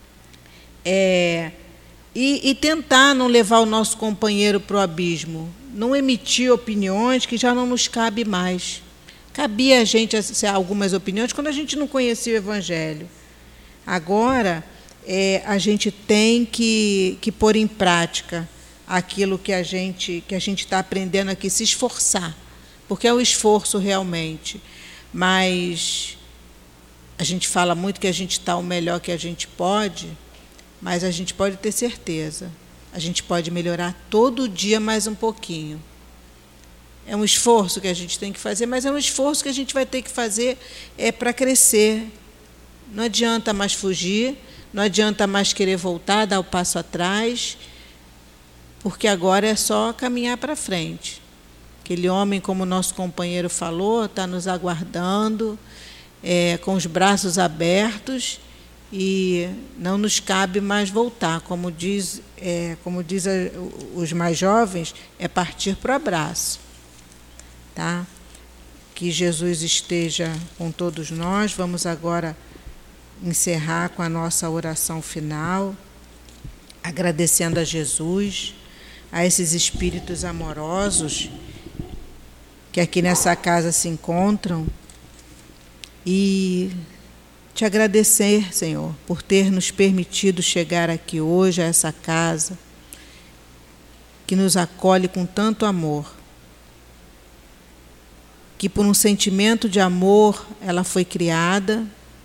e tentar não levar o nosso companheiro para o abismo, não emitir opiniões que já não nos cabe mais. Cabia a gente algumas opiniões quando a gente não conhecia o Evangelho. Agora, a gente tem que pôr em prática aquilo que a gente está aprendendo aqui, se esforçar, porque é um esforço realmente. Mas a gente fala muito que a gente está o melhor que a gente pode, mas a gente pode ter certeza, a gente pode melhorar todo dia mais um pouquinho. É um esforço que a gente tem que fazer, mas é um esforço que a gente vai ter que fazer para crescer. Não adianta mais fugir, não adianta mais querer voltar, dar o passo atrás, porque agora é só caminhar para frente. Aquele homem, como o nosso companheiro falou, está nos aguardando, com os braços abertos, e não nos cabe mais voltar. Como diz os mais jovens, é partir para o abraço. Tá? Que Jesus esteja com todos nós. Vamos agora encerrar com a nossa oração final, agradecendo a Jesus, a esses espíritos amorosos que aqui nessa casa se encontram, e te agradecer, Senhor, por ter nos permitido chegar aqui hoje a essa casa que nos acolhe com tanto amor, que por um sentimento de amor ela foi criada,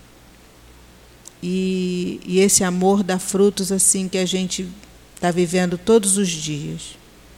e esse amor dá frutos assim que a gente está vivendo todos os dias.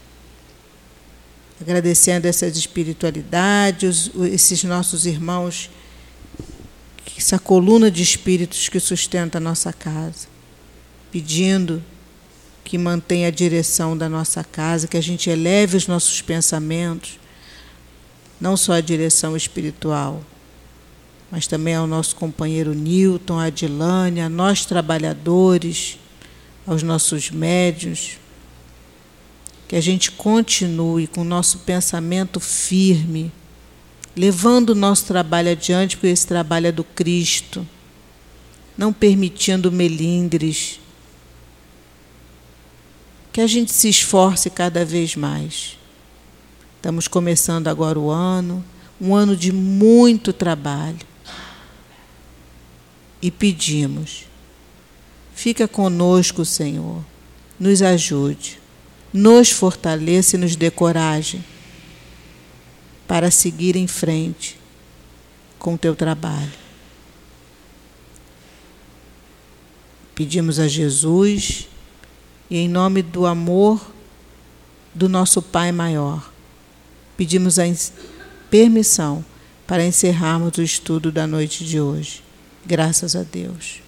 Agradecendo essas espiritualidades, esses nossos irmãos, essa coluna de espíritos que sustenta a nossa casa, pedindo que mantenha a direção da nossa casa, que a gente eleve os nossos pensamentos, não só a direção espiritual, mas também ao nosso companheiro Newton, a Adilane, a nós trabalhadores, aos nossos médiuns, que a gente continue com o nosso pensamento firme, levando o nosso trabalho adiante, porque esse trabalho é do Cristo, não permitindo melindres, que a gente se esforce cada vez mais. Estamos começando agora o ano, um ano de muito trabalho, e pedimos, fica conosco, Senhor, nos ajude, nos fortaleça e nos dê coragem para seguir em frente com o teu trabalho. Pedimos a Jesus, e em nome do amor do nosso Pai maior, pedimos a permissão para encerrarmos o estudo da noite de hoje. Graças a Deus.